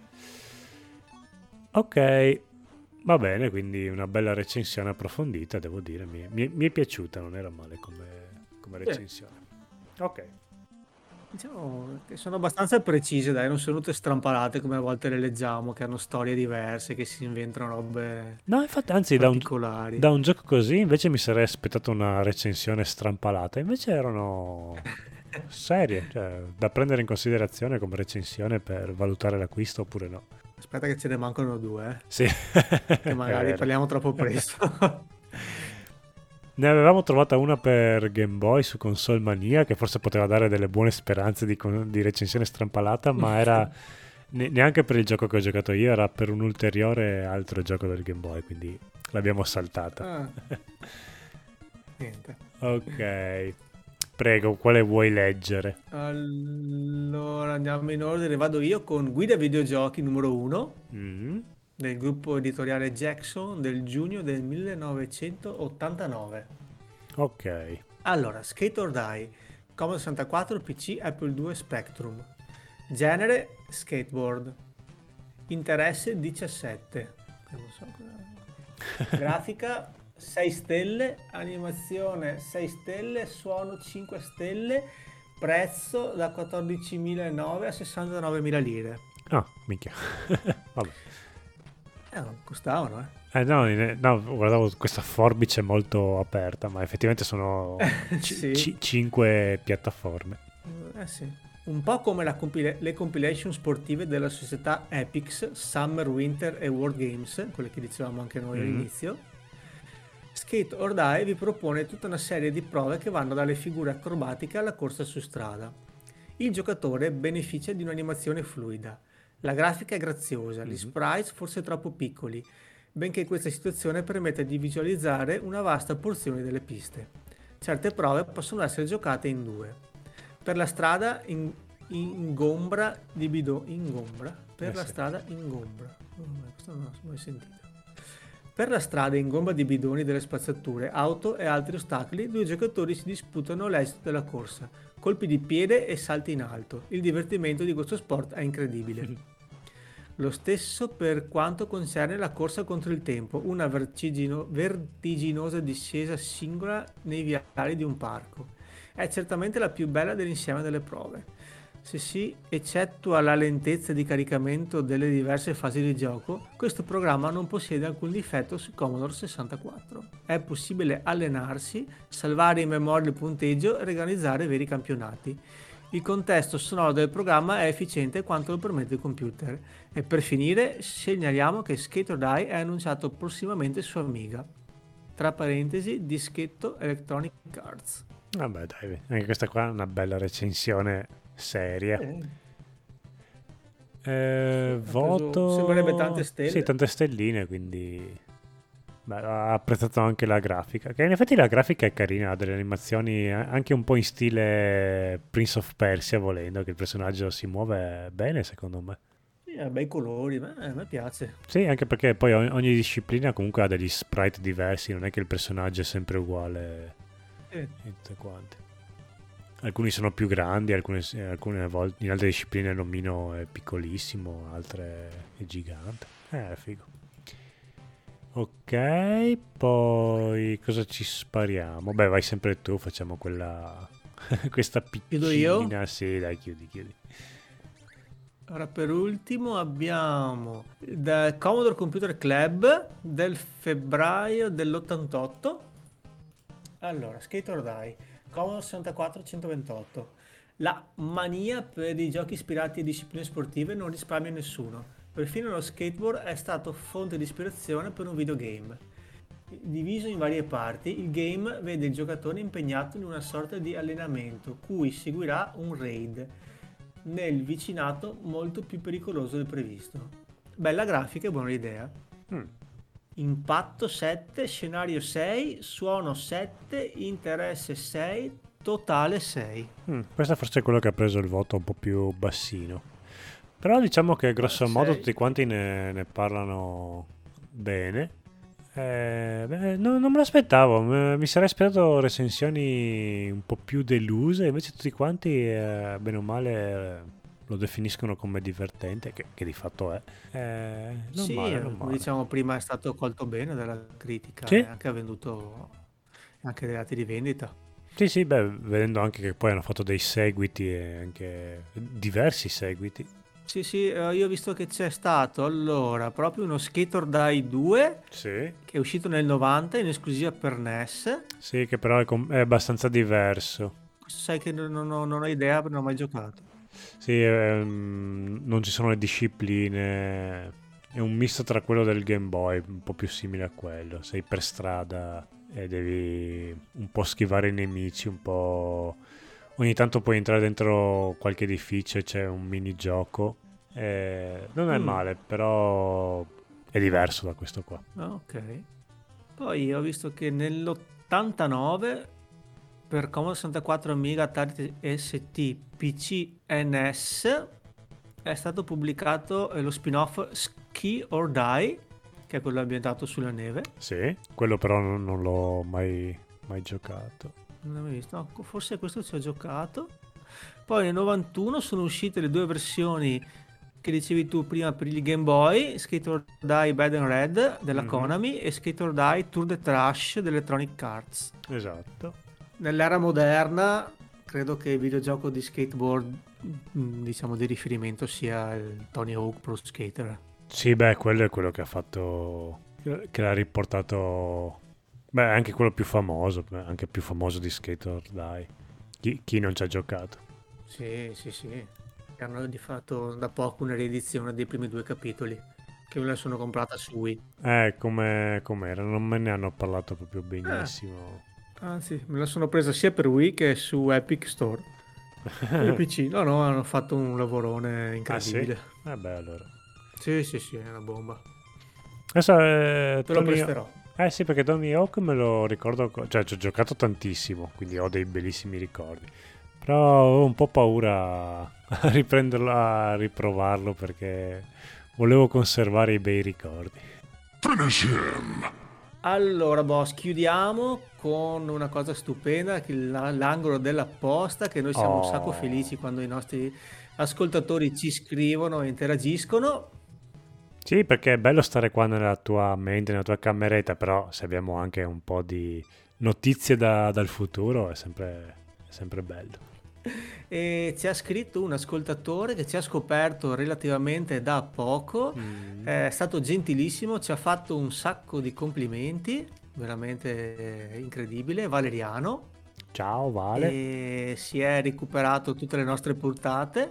Ok. Va bene, quindi una bella recensione approfondita, devo dire, mi, mi, mi è piaciuta, non era male come, come recensione. Ok. diciamo che sono abbastanza precise, dai, non sono tutte strampalate come a volte le leggiamo, che hanno storie diverse, che si inventano robe No, infatti, anzi, da un, particolari. da un gioco così invece mi sarei aspettato una recensione strampalata, invece erano serie, cioè da prendere in considerazione come recensione per valutare l'acquisto oppure no. Aspetta che ce ne mancano due, eh, Sì, che magari parliamo troppo presto. Ne avevamo trovata una per Game Boy su Console Mania, che forse poteva dare delle buone speranze di, con- di recensione strampalata, ma era ne- neanche per il gioco che ho giocato io, era per un ulteriore altro gioco del Game Boy, quindi l'abbiamo saltata. Ah, niente. Ok, prego, quale vuoi leggere? Allora andiamo in ordine, vado io con Guida ai videogiochi numero uno Mm, del gruppo editoriale Jackson del giugno del millenovecentottantanove. ok. Allora, Skate or Die, Commodore sessantaquattro, P C, Apple due Spectrum. Genere, skateboard. Interesse, diciassette. Non so cosa- Grafica, sei stelle. Animazione, sei stelle. Suono, cinque stelle. Prezzo da quattordicimilanove a sessantanovemila lire. Ah, minchia. Vabbè. Eh, non costavano, eh. Eh, no, in- no, guardavo questa forbice molto aperta, ma effettivamente sono ci- Sì, ci- cinque piattaforme. eh sì. Un po' come la compila- le compilation sportive della società Epix, Summer, Winter e World Games, quelle che dicevamo anche noi Mm, all'inizio. Skate or Die vi propone tutta una serie di prove che vanno dalle figure acrobatiche alla corsa su strada. Il giocatore beneficia di un'animazione fluida. La grafica è graziosa, gli mhm. sprites forse troppo piccoli, benché questa situazione permetta di visualizzare una vasta porzione delle piste. Certe prove possono essere giocate in due. Per la strada in, ingombra di bidoni. Ingombra? Per Eh la sì. strada ingombra. Oh, questo non l'ho mai sentito. Per la strada ingomba di bidoni delle spazzature, auto e altri ostacoli, due giocatori si disputano l'esito della corsa, colpi di piede e salti in alto. Il divertimento di questo sport è incredibile. Lo stesso per quanto concerne la corsa contro il tempo, una vertigino- vertiginosa discesa singola nei viali di un parco. È certamente la più bella dell'insieme delle prove. Se si eccettua la lentezza di caricamento delle diverse fasi di gioco, questo programma non possiede alcun difetto su Commodore sessantaquattro. È possibile allenarsi, salvare in memoria il punteggio e organizzare veri campionati. Il contesto sonoro del programma è efficiente quanto lo permette il computer. E per finire, segnaliamo che Skate or Die è annunciato prossimamente su Amiga. Tra parentesi, dischetto Electronic Arts. Vabbè, dai, anche questa qua è una bella recensione seria. Eh, sì, Eh, ha preso, sembrerebbe tante voto... Sì, stelle. tante stelline, quindi... Beh, ho apprezzato anche la grafica, che in effetti la grafica è carina, ha delle animazioni a- anche un po' in stile Prince of Persia, volendo, che il personaggio si muove bene, secondo me. Sì, ha bei colori, ma a me piace. Sì, anche perché poi ogni, ogni disciplina comunque ha degli sprite diversi, non è che il personaggio è sempre uguale Sì. in tutte quante. Alcuni sono più grandi, alcune, alcune volte in altre discipline l'omino è piccolissimo, altre è gigante. Eh, figo. Ok, poi cosa ci spariamo? Beh, vai sempre tu, facciamo quella... questa Chiudo io. piccina. Sì, dai, chiudi, chiudi. Ora per ultimo abbiamo da Commodore Computer Club del febbraio dell'ottantotto. Allora, Skate or Die, Commodore sessantaquattro centoventotto. La mania per i giochi ispirati a discipline sportive non risparmia nessuno. Perfino lo skateboard è stato fonte di ispirazione per un videogame. Diviso in varie parti, il game vede il giocatore impegnato in una sorta di allenamento, cui seguirà un raid nel vicinato molto più pericoloso del previsto. Bella grafica e buona idea. Mm, Impatto sette, scenario sei, suono sette, interesse sei, totale sei. mm, questo forse è quello che ha preso il voto un po' più bassino. Però diciamo che Beh, grosso modo tutti sei. quanti ne, ne parlano bene. Eh, beh, no- non me l'aspettavo, m- mi sarei aspettato recensioni un po' più deluse, invece tutti quanti, eh, bene o male, eh, lo definiscono come divertente, che, che di fatto è. Eh, non Sì, male, eh, non come male. diciamo prima è stato accolto bene dalla critica e Sì, anche ha venduto anche dei dati di vendita. sì, sì, beh, vedendo anche che poi hanno fatto dei seguiti e anche diversi seguiti. Sì, sì, eh, io ho visto che c'è stato allora proprio uno Skate or Die due Sì, che è uscito nel novanta in esclusiva per N E S. sì, che però è, com- è abbastanza diverso. Questo sai che non, non ho, non ho idea perché non ho mai giocato. Sì, ehm, non ci sono le discipline, è un misto tra quello del Game Boy, un po' più simile a quello. Sei per strada e devi un po' schivare i nemici, un po'... Ogni tanto puoi entrare dentro qualche edificio e c'è un minigioco. Eh, non è Mm, male, però è diverso da questo qua. ah, ok. Poi ho visto che nell'ottantanove per Commodore sessantaquattro, Amiga, Atari S T, P C, N S è stato pubblicato eh, lo spin-off Ski or Die, che è quello ambientato sulla neve. Sì, quello però non, non l'ho mai, mai giocato. Non l'ho mai visto, no, forse questo ci ho giocato. Poi nel novantuno sono uscite le due versioni che dicevi tu prima per il Game Boy, Skate or Die Bad and Red della Mhm. Konami e Skate or Die Tour de Trash dell'Electronic Arts. Esatto. Nell'era moderna credo che il videogioco di skateboard, mm, diciamo di riferimento, sia il Tony Hawk Pro Skater. Sì, beh, quello è quello che ha fatto, che l'ha riportato, beh, anche quello più famoso, beh, anche più famoso di Skater, dai. Chi, chi non ci ha giocato? Sì, sì, sì. Hanno di fatto da poco una riedizione dei primi due capitoli, che me la sono comprata su Wii. Eh, come com'era? Non me ne hanno parlato proprio Eh, benissimo. anzi, me la sono presa sia per Wii che su Epic Store. Per P C, no, no, hanno fatto un lavorone Ah sì? incredibile. Eh beh, allora. Sì, sì, sì, è una bomba. Adesso eh, Te lo Tony... presterò. Eh sì, perché Tony Hawk me lo ricordo, co- cioè ci ho giocato tantissimo, quindi ho dei bellissimi ricordi. Però ho un po' paura a riprenderlo, a riprovarlo perché volevo conservare i bei ricordi. Finish him! Allora, boss, chiudiamo con una cosa stupenda, che la- l'angolo della posta, che noi siamo un sacco Oh. felici quando i nostri ascoltatori ci scrivono e interagiscono. Sì, perché è bello stare qua nella tua mente, nella tua cameretta, però se abbiamo anche un po' di notizie da- dal futuro è sempre, è sempre bello. E ci ha scritto un ascoltatore che ci ha scoperto relativamente da poco, Mm. è stato gentilissimo, ci ha fatto un sacco di complimenti, veramente eh, incredibile, Valeriano, Ciao Vale. e si è recuperato tutte le nostre puntate.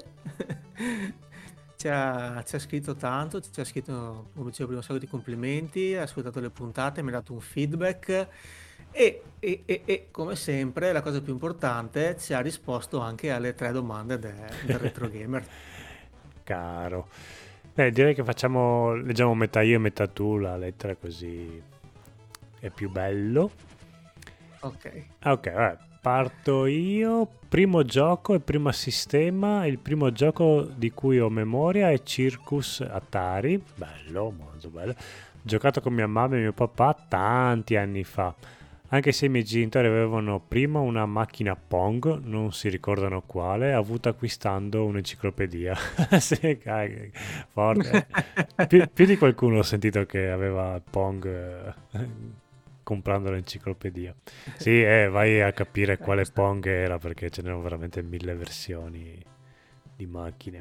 Ci ha, ci ha scritto tanto, ci ha scritto, come dicevo prima, un sacco di complimenti, ha ascoltato le puntate, mi ha dato un feedback e, e- e- e, come sempre, la cosa più importante, ci ha risposto anche alle tre domande de- del Retro Gamer. Caro. Beh, direi che facciamo, leggiamo metà io e metà tu la lettera così è più bello. Ok, Ah, ok, vabbè, parto io. Primo gioco e primo sistema. Il primo gioco di cui ho memoria è Circus Atari. Bello, molto bello. Giocato con mia mamma e mio papà tanti anni fa. Anche se i miei genitori avevano prima una macchina Pong, non si ricordano quale, avuta acquistando un'enciclopedia. Sì, cag- forte. Più, più di qualcuno ho sentito che aveva Pong eh, comprando l'enciclopedia. Sì, eh, vai a capire Eh, quale questa- Pong era perché ce n'erano veramente mille versioni di macchine.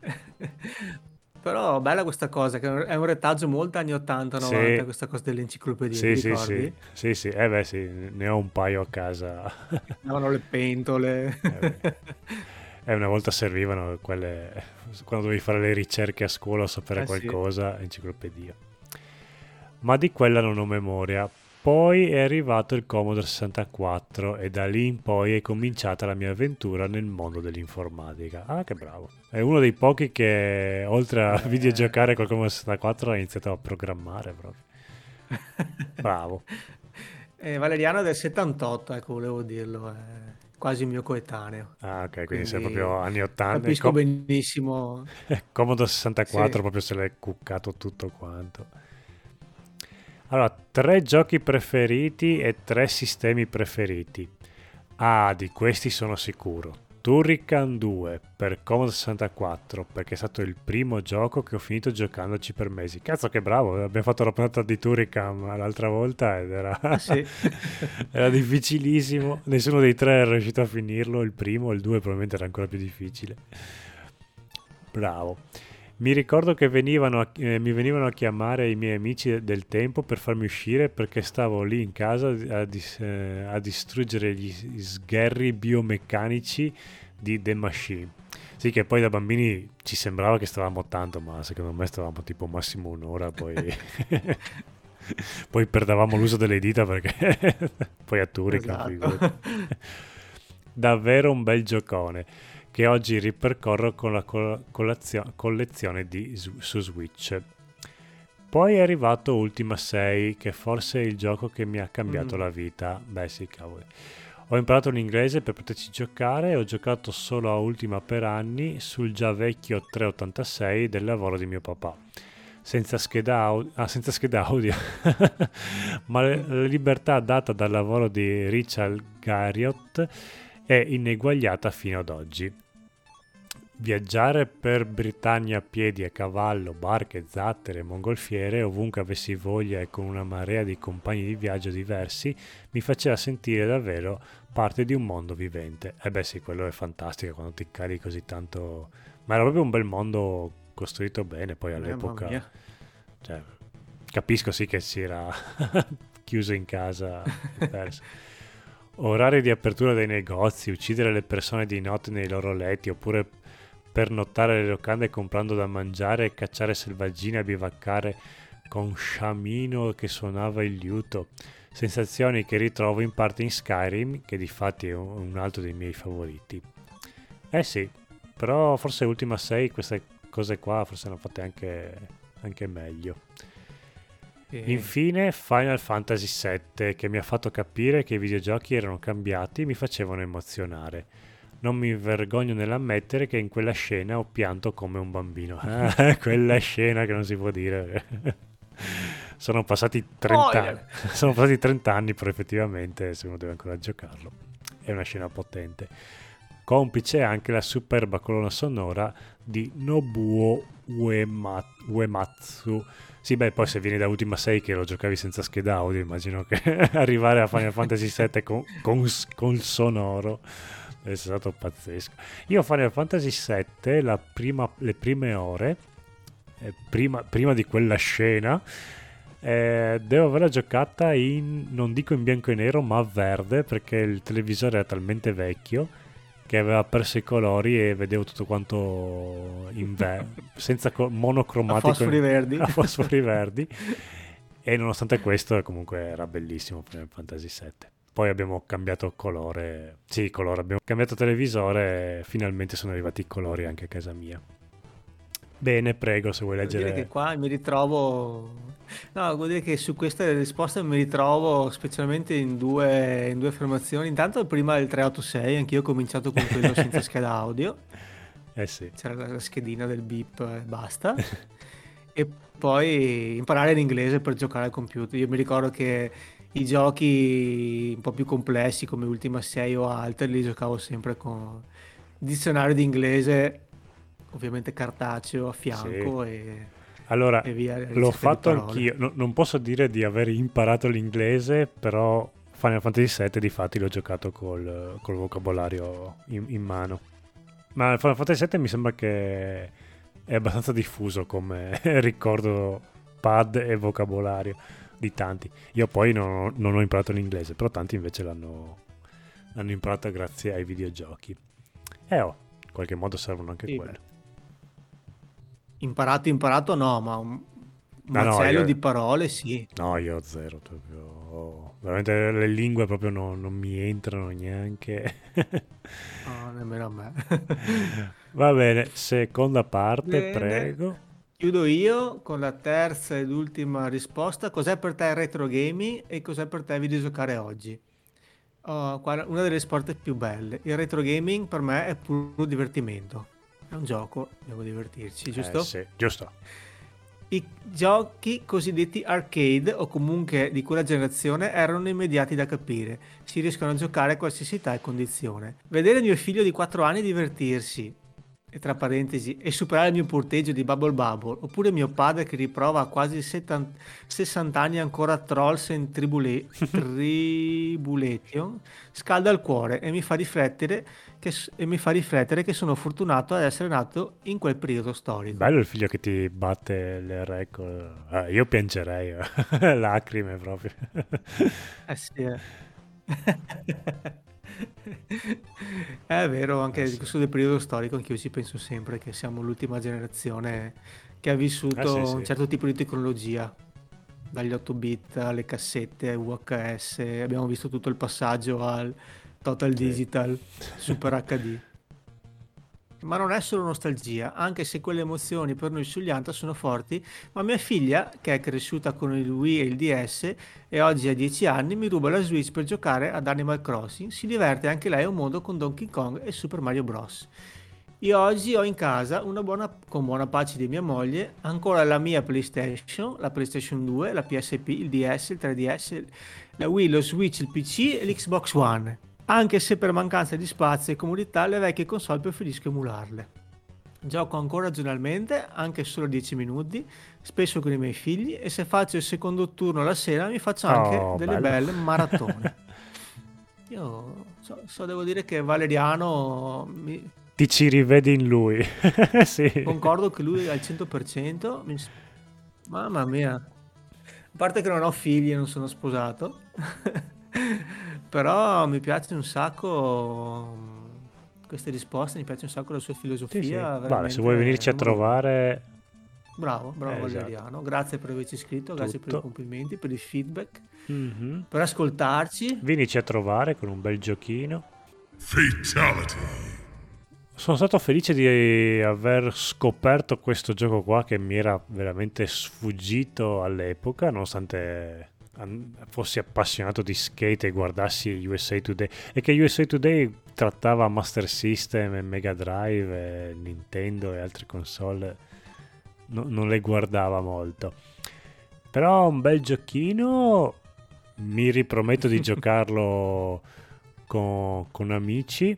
Però bella questa cosa, che è un retaggio molto anni ottanta novanta, Sì, questa cosa dell'enciclopedia, ti sì, sì, sì, ricordi? sì, sì, eh beh sì, ne ho un paio a casa. Davano le pentole. Eh beh. Eh, una volta servivano quelle, quando dovevi fare le ricerche a scuola o sapere Eh sì. qualcosa, enciclopedia. Ma di quella non ho memoria. Poi è arrivato il Commodore sessantaquattro e da lì in poi è cominciata la mia avventura nel mondo dell'informatica. Ah, che bravo. È uno dei pochi che oltre a Eh. videogiocare col Commodore sessantaquattro ha iniziato a programmare proprio. Bravo. Eh, Valeriano è del settantotto, ecco, volevo dirlo, è quasi mio coetaneo, Ah, ok, quindi sei quindi proprio anni ottanta. Il capisco Co- benissimo. Commodore Sì, sessantaquattro proprio se l'è cuccato tutto quanto. Allora, tre giochi preferiti e tre sistemi preferiti. Ah, di questi sono sicuro. Turrican due per Commodore sessantaquattro perché è stato il primo gioco che ho finito giocandoci per mesi. Cazzo che bravo, abbiamo fatto la puntata di Turrican l'altra volta ed era, ah sì. era difficilissimo. Nessuno dei tre è riuscito a finirlo, il primo, il due probabilmente era ancora più difficile. Bravo. Mi ricordo che venivano a- eh, mi venivano a chiamare i miei amici del tempo per farmi uscire perché stavo lì in casa a, dis- eh, a distruggere gli s- sgherri biomeccanici di The Machine. Sì, che poi da bambini ci sembrava che stavamo tanto, ma secondo me stavamo tipo massimo un'ora, poi, poi perdevamo l'uso delle dita perché poi a Turrican, Esatto. figurati. Davvero un bel giocone che oggi ripercorro con la col- colazio- collezione di, su su Switch. Poi è arrivato Ultima sei, che forse è il gioco che mi ha cambiato Mm. la vita. Beh sì, cavoli. Ho imparato l'inglese per poterci giocare e ho giocato solo a Ultima per anni sul già vecchio trecentoottantasei del lavoro di mio papà. Senza scheda audio, ah, senza scheda audio. Ma le- la libertà data dal lavoro di Richard Garriott è ineguagliata fino ad oggi. Viaggiare per Britannia a piedi, a cavallo, barche, zattere, mongolfiere, ovunque avessi voglia e con una marea di compagni di viaggio diversi, mi faceva sentire davvero parte di un mondo vivente. E beh sì, quello è fantastico quando ti cari così tanto. Ma era proprio un bel mondo costruito bene, poi Eh, mamma all'epoca, mia. cioè, capisco sì che si era chiuso in casa e perso. Orari di apertura dei negozi, uccidere le persone di notte nei loro letti, oppure pernottare le locande comprando da mangiare, cacciare selvaggine e bivaccare con Sciamino che suonava il liuto. Sensazioni che ritrovo in parte in Skyrim, che di fatti è un un altro dei miei favoriti. Eh sì, però forse Ultima sei queste cose qua forse hanno fatte anche, anche meglio. Sì. Infine Final Fantasy sette, che mi ha fatto capire che i videogiochi erano cambiati e mi facevano emozionare. Non mi vergogno nell'ammettere che in quella scena ho pianto come un bambino. Ah, quella scena che non si può dire. Sono passati trenta anni, Spoiler! sono passati trenta anni, però effettivamente se uno deve ancora giocarlo. È una scena potente. Complice anche la superba colonna sonora di Nobuo Uema- Uematsu. Sì, beh, poi se vieni da Ultima sei che lo giocavi senza scheda audio, immagino che arrivare a Final Fantasy sette con, con, con il sonoro è stato pazzesco. Io Final Fantasy sette, la prima, le prime ore, eh, prima, prima di quella scena, eh, devo averla giocata in, non dico in bianco e nero, ma verde, perché il televisore era talmente vecchio che aveva perso i colori e vedevo tutto quanto in ve- senza co- A monocromatico fosfori verdi. a fosfori verdi, e nonostante questo comunque era bellissimo Final Fantasy sette. Poi abbiamo cambiato colore, sì, colore, abbiamo cambiato televisore e finalmente sono arrivati i colori anche a casa mia. Bene, prego, se vuoi Devo dire che leggere. qua mi ritrovo. No, devo dire che su queste risposte mi ritrovo specialmente in due, in due affermazioni. Intanto prima il trecentoottantasei, anch'io ho cominciato con quello senza scheda audio. Eh sì. C'era la la schedina del beep e basta. E poi imparare l'inglese per giocare al computer. Io mi ricordo che i giochi un po' più complessi come Ultima sei o altri li giocavo sempre con dizionario di inglese, ovviamente cartaceo a Sì. fianco e, Allora, e via la l'ho ricerca di fatto parole. anch'io. No- non posso dire di aver imparato l'inglese, però Final Fantasy sette di fatti l'ho giocato col, col vocabolario in, in mano. Ma Final Fantasy sette mi sembra che è abbastanza diffuso come ricordo pad e vocabolario di tanti. Io poi non, ho- non ho imparato l'inglese, però tanti invece l'hanno, l'hanno imparato grazie ai videogiochi. E oh, in qualche modo servono anche Sì, beh. quello. Imparato, imparato no, ma un, un No, no, macello io, di parole sì. no, io ho zero, proprio, ho- veramente le lingue proprio non, non mi entrano neanche. No, nemmeno a me. Va bene, seconda parte, Bene, prego. chiudo io con la terza ed ultima risposta. Cos'è per te il retro gaming e cos'è per te videogiocare oggi? Oh, guarda, una delle sport più belle. Il retro gaming per me è puro divertimento. È un gioco, devo divertirci, Eh giusto? sì, giusto. I giochi cosiddetti arcade o comunque di quella generazione erano immediati da capire. Si riescono a giocare a qualsiasi età e condizione. Vedere mio figlio di quattro anni divertirsi, e tra parentesi, e superare il mio punteggio di Bubble Bubble, oppure mio padre che riprova a quasi settanta sessanta anni ancora Trolls and Tribula- Tribulation, scalda il cuore e mi fa riflettere che, s- e mi fa riflettere che sono fortunato ad essere nato in quel periodo storico. Bello il figlio che ti batte le record. Eh, io piangerei, eh. Lacrime proprio. Eh sì, eh. È vero, Eh anche di sì. questo del periodo storico, anch'io ci penso sempre che siamo l'ultima generazione che ha Eh sì, vissuto un sì. certo tipo di tecnologia, dagli otto bit alle cassette, ai V H S, abbiamo visto tutto il passaggio al Total Sì. Digital, Super H D. Ma non è solo nostalgia, anche se quelle emozioni per noi sugli Anta sono forti, ma mia figlia, che è cresciuta con il Wii e il D S e oggi ha dieci anni, mi ruba la Switch per giocare ad Animal Crossing. Si diverte anche lei a un mondo con Donkey Kong e Super Mario Bros. Io oggi ho in casa, una buona, con buona pace di mia moglie, ancora la mia PlayStation, la PlayStation due, la P S P, il D S, il tre D S, la Wii, lo Switch, il P C e l'Xbox One. Anche se per mancanza di spazio e comodità le vecchie console preferisco emularle. Gioco ancora giornalmente, anche solo dieci minuti, spesso con i miei figli, e se faccio il secondo turno la sera mi faccio anche Oh, delle bello. belle maratone. Io so, so, devo dire che Valeriano, mi, Ti ci rivedi in lui. Sì. concordo che lui al cento per cento, mi, mamma mia, a parte che non ho figli e non sono sposato, però mi piace un sacco mh, queste risposte, mi piace un sacco la sua Sì, sì. filosofia, Guarda, se vuoi venirci a veramente numero uno. trovare, Bravo, bravo eh, esatto, Valeriano, grazie per averci scritto, grazie per i tutto. complimenti, per il feedback, Mhm. per ascoltarci. Venici a trovare con un bel giochino. Fatality. Sono stato felice di aver scoperto questo gioco qua che mi era veramente sfuggito all'epoca, nonostante an- fossi appassionato di skate e guardassi U S A Today, e che U S A Today trattava Master System e Mega Drive e Nintendo e altre console, no- non le guardava molto. Però un bel giochino, mi riprometto di giocarlo con, con amici.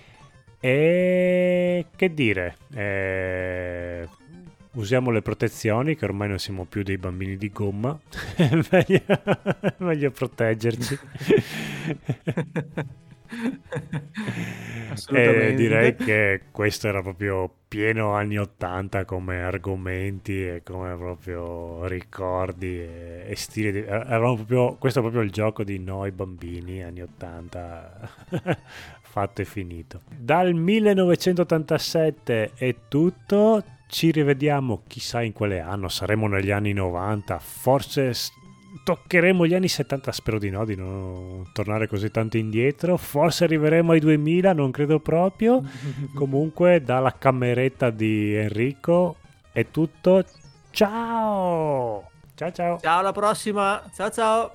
E che dire, eh, usiamo le protezioni, che ormai non siamo più dei bambini di gomma. È meglio, meglio proteggerci. E direi Assolutamente. che questo era proprio pieno anni ottanta come argomenti e come proprio ricordi e, e stili di, eravamo proprio, questo è proprio il gioco di noi bambini anni ottanta fatto e finito. Dal millenovecentottantasette è tutto, ci rivediamo chissà in quale anno, saremo negli anni novanta, forse s- toccheremo gli anni settanta, spero di no, di non tornare così tanto indietro, forse arriveremo ai duemila, non credo proprio. Comunque dalla cameretta di Enrico è tutto, ciao ciao ciao. Ciao, alla prossima, ciao ciao.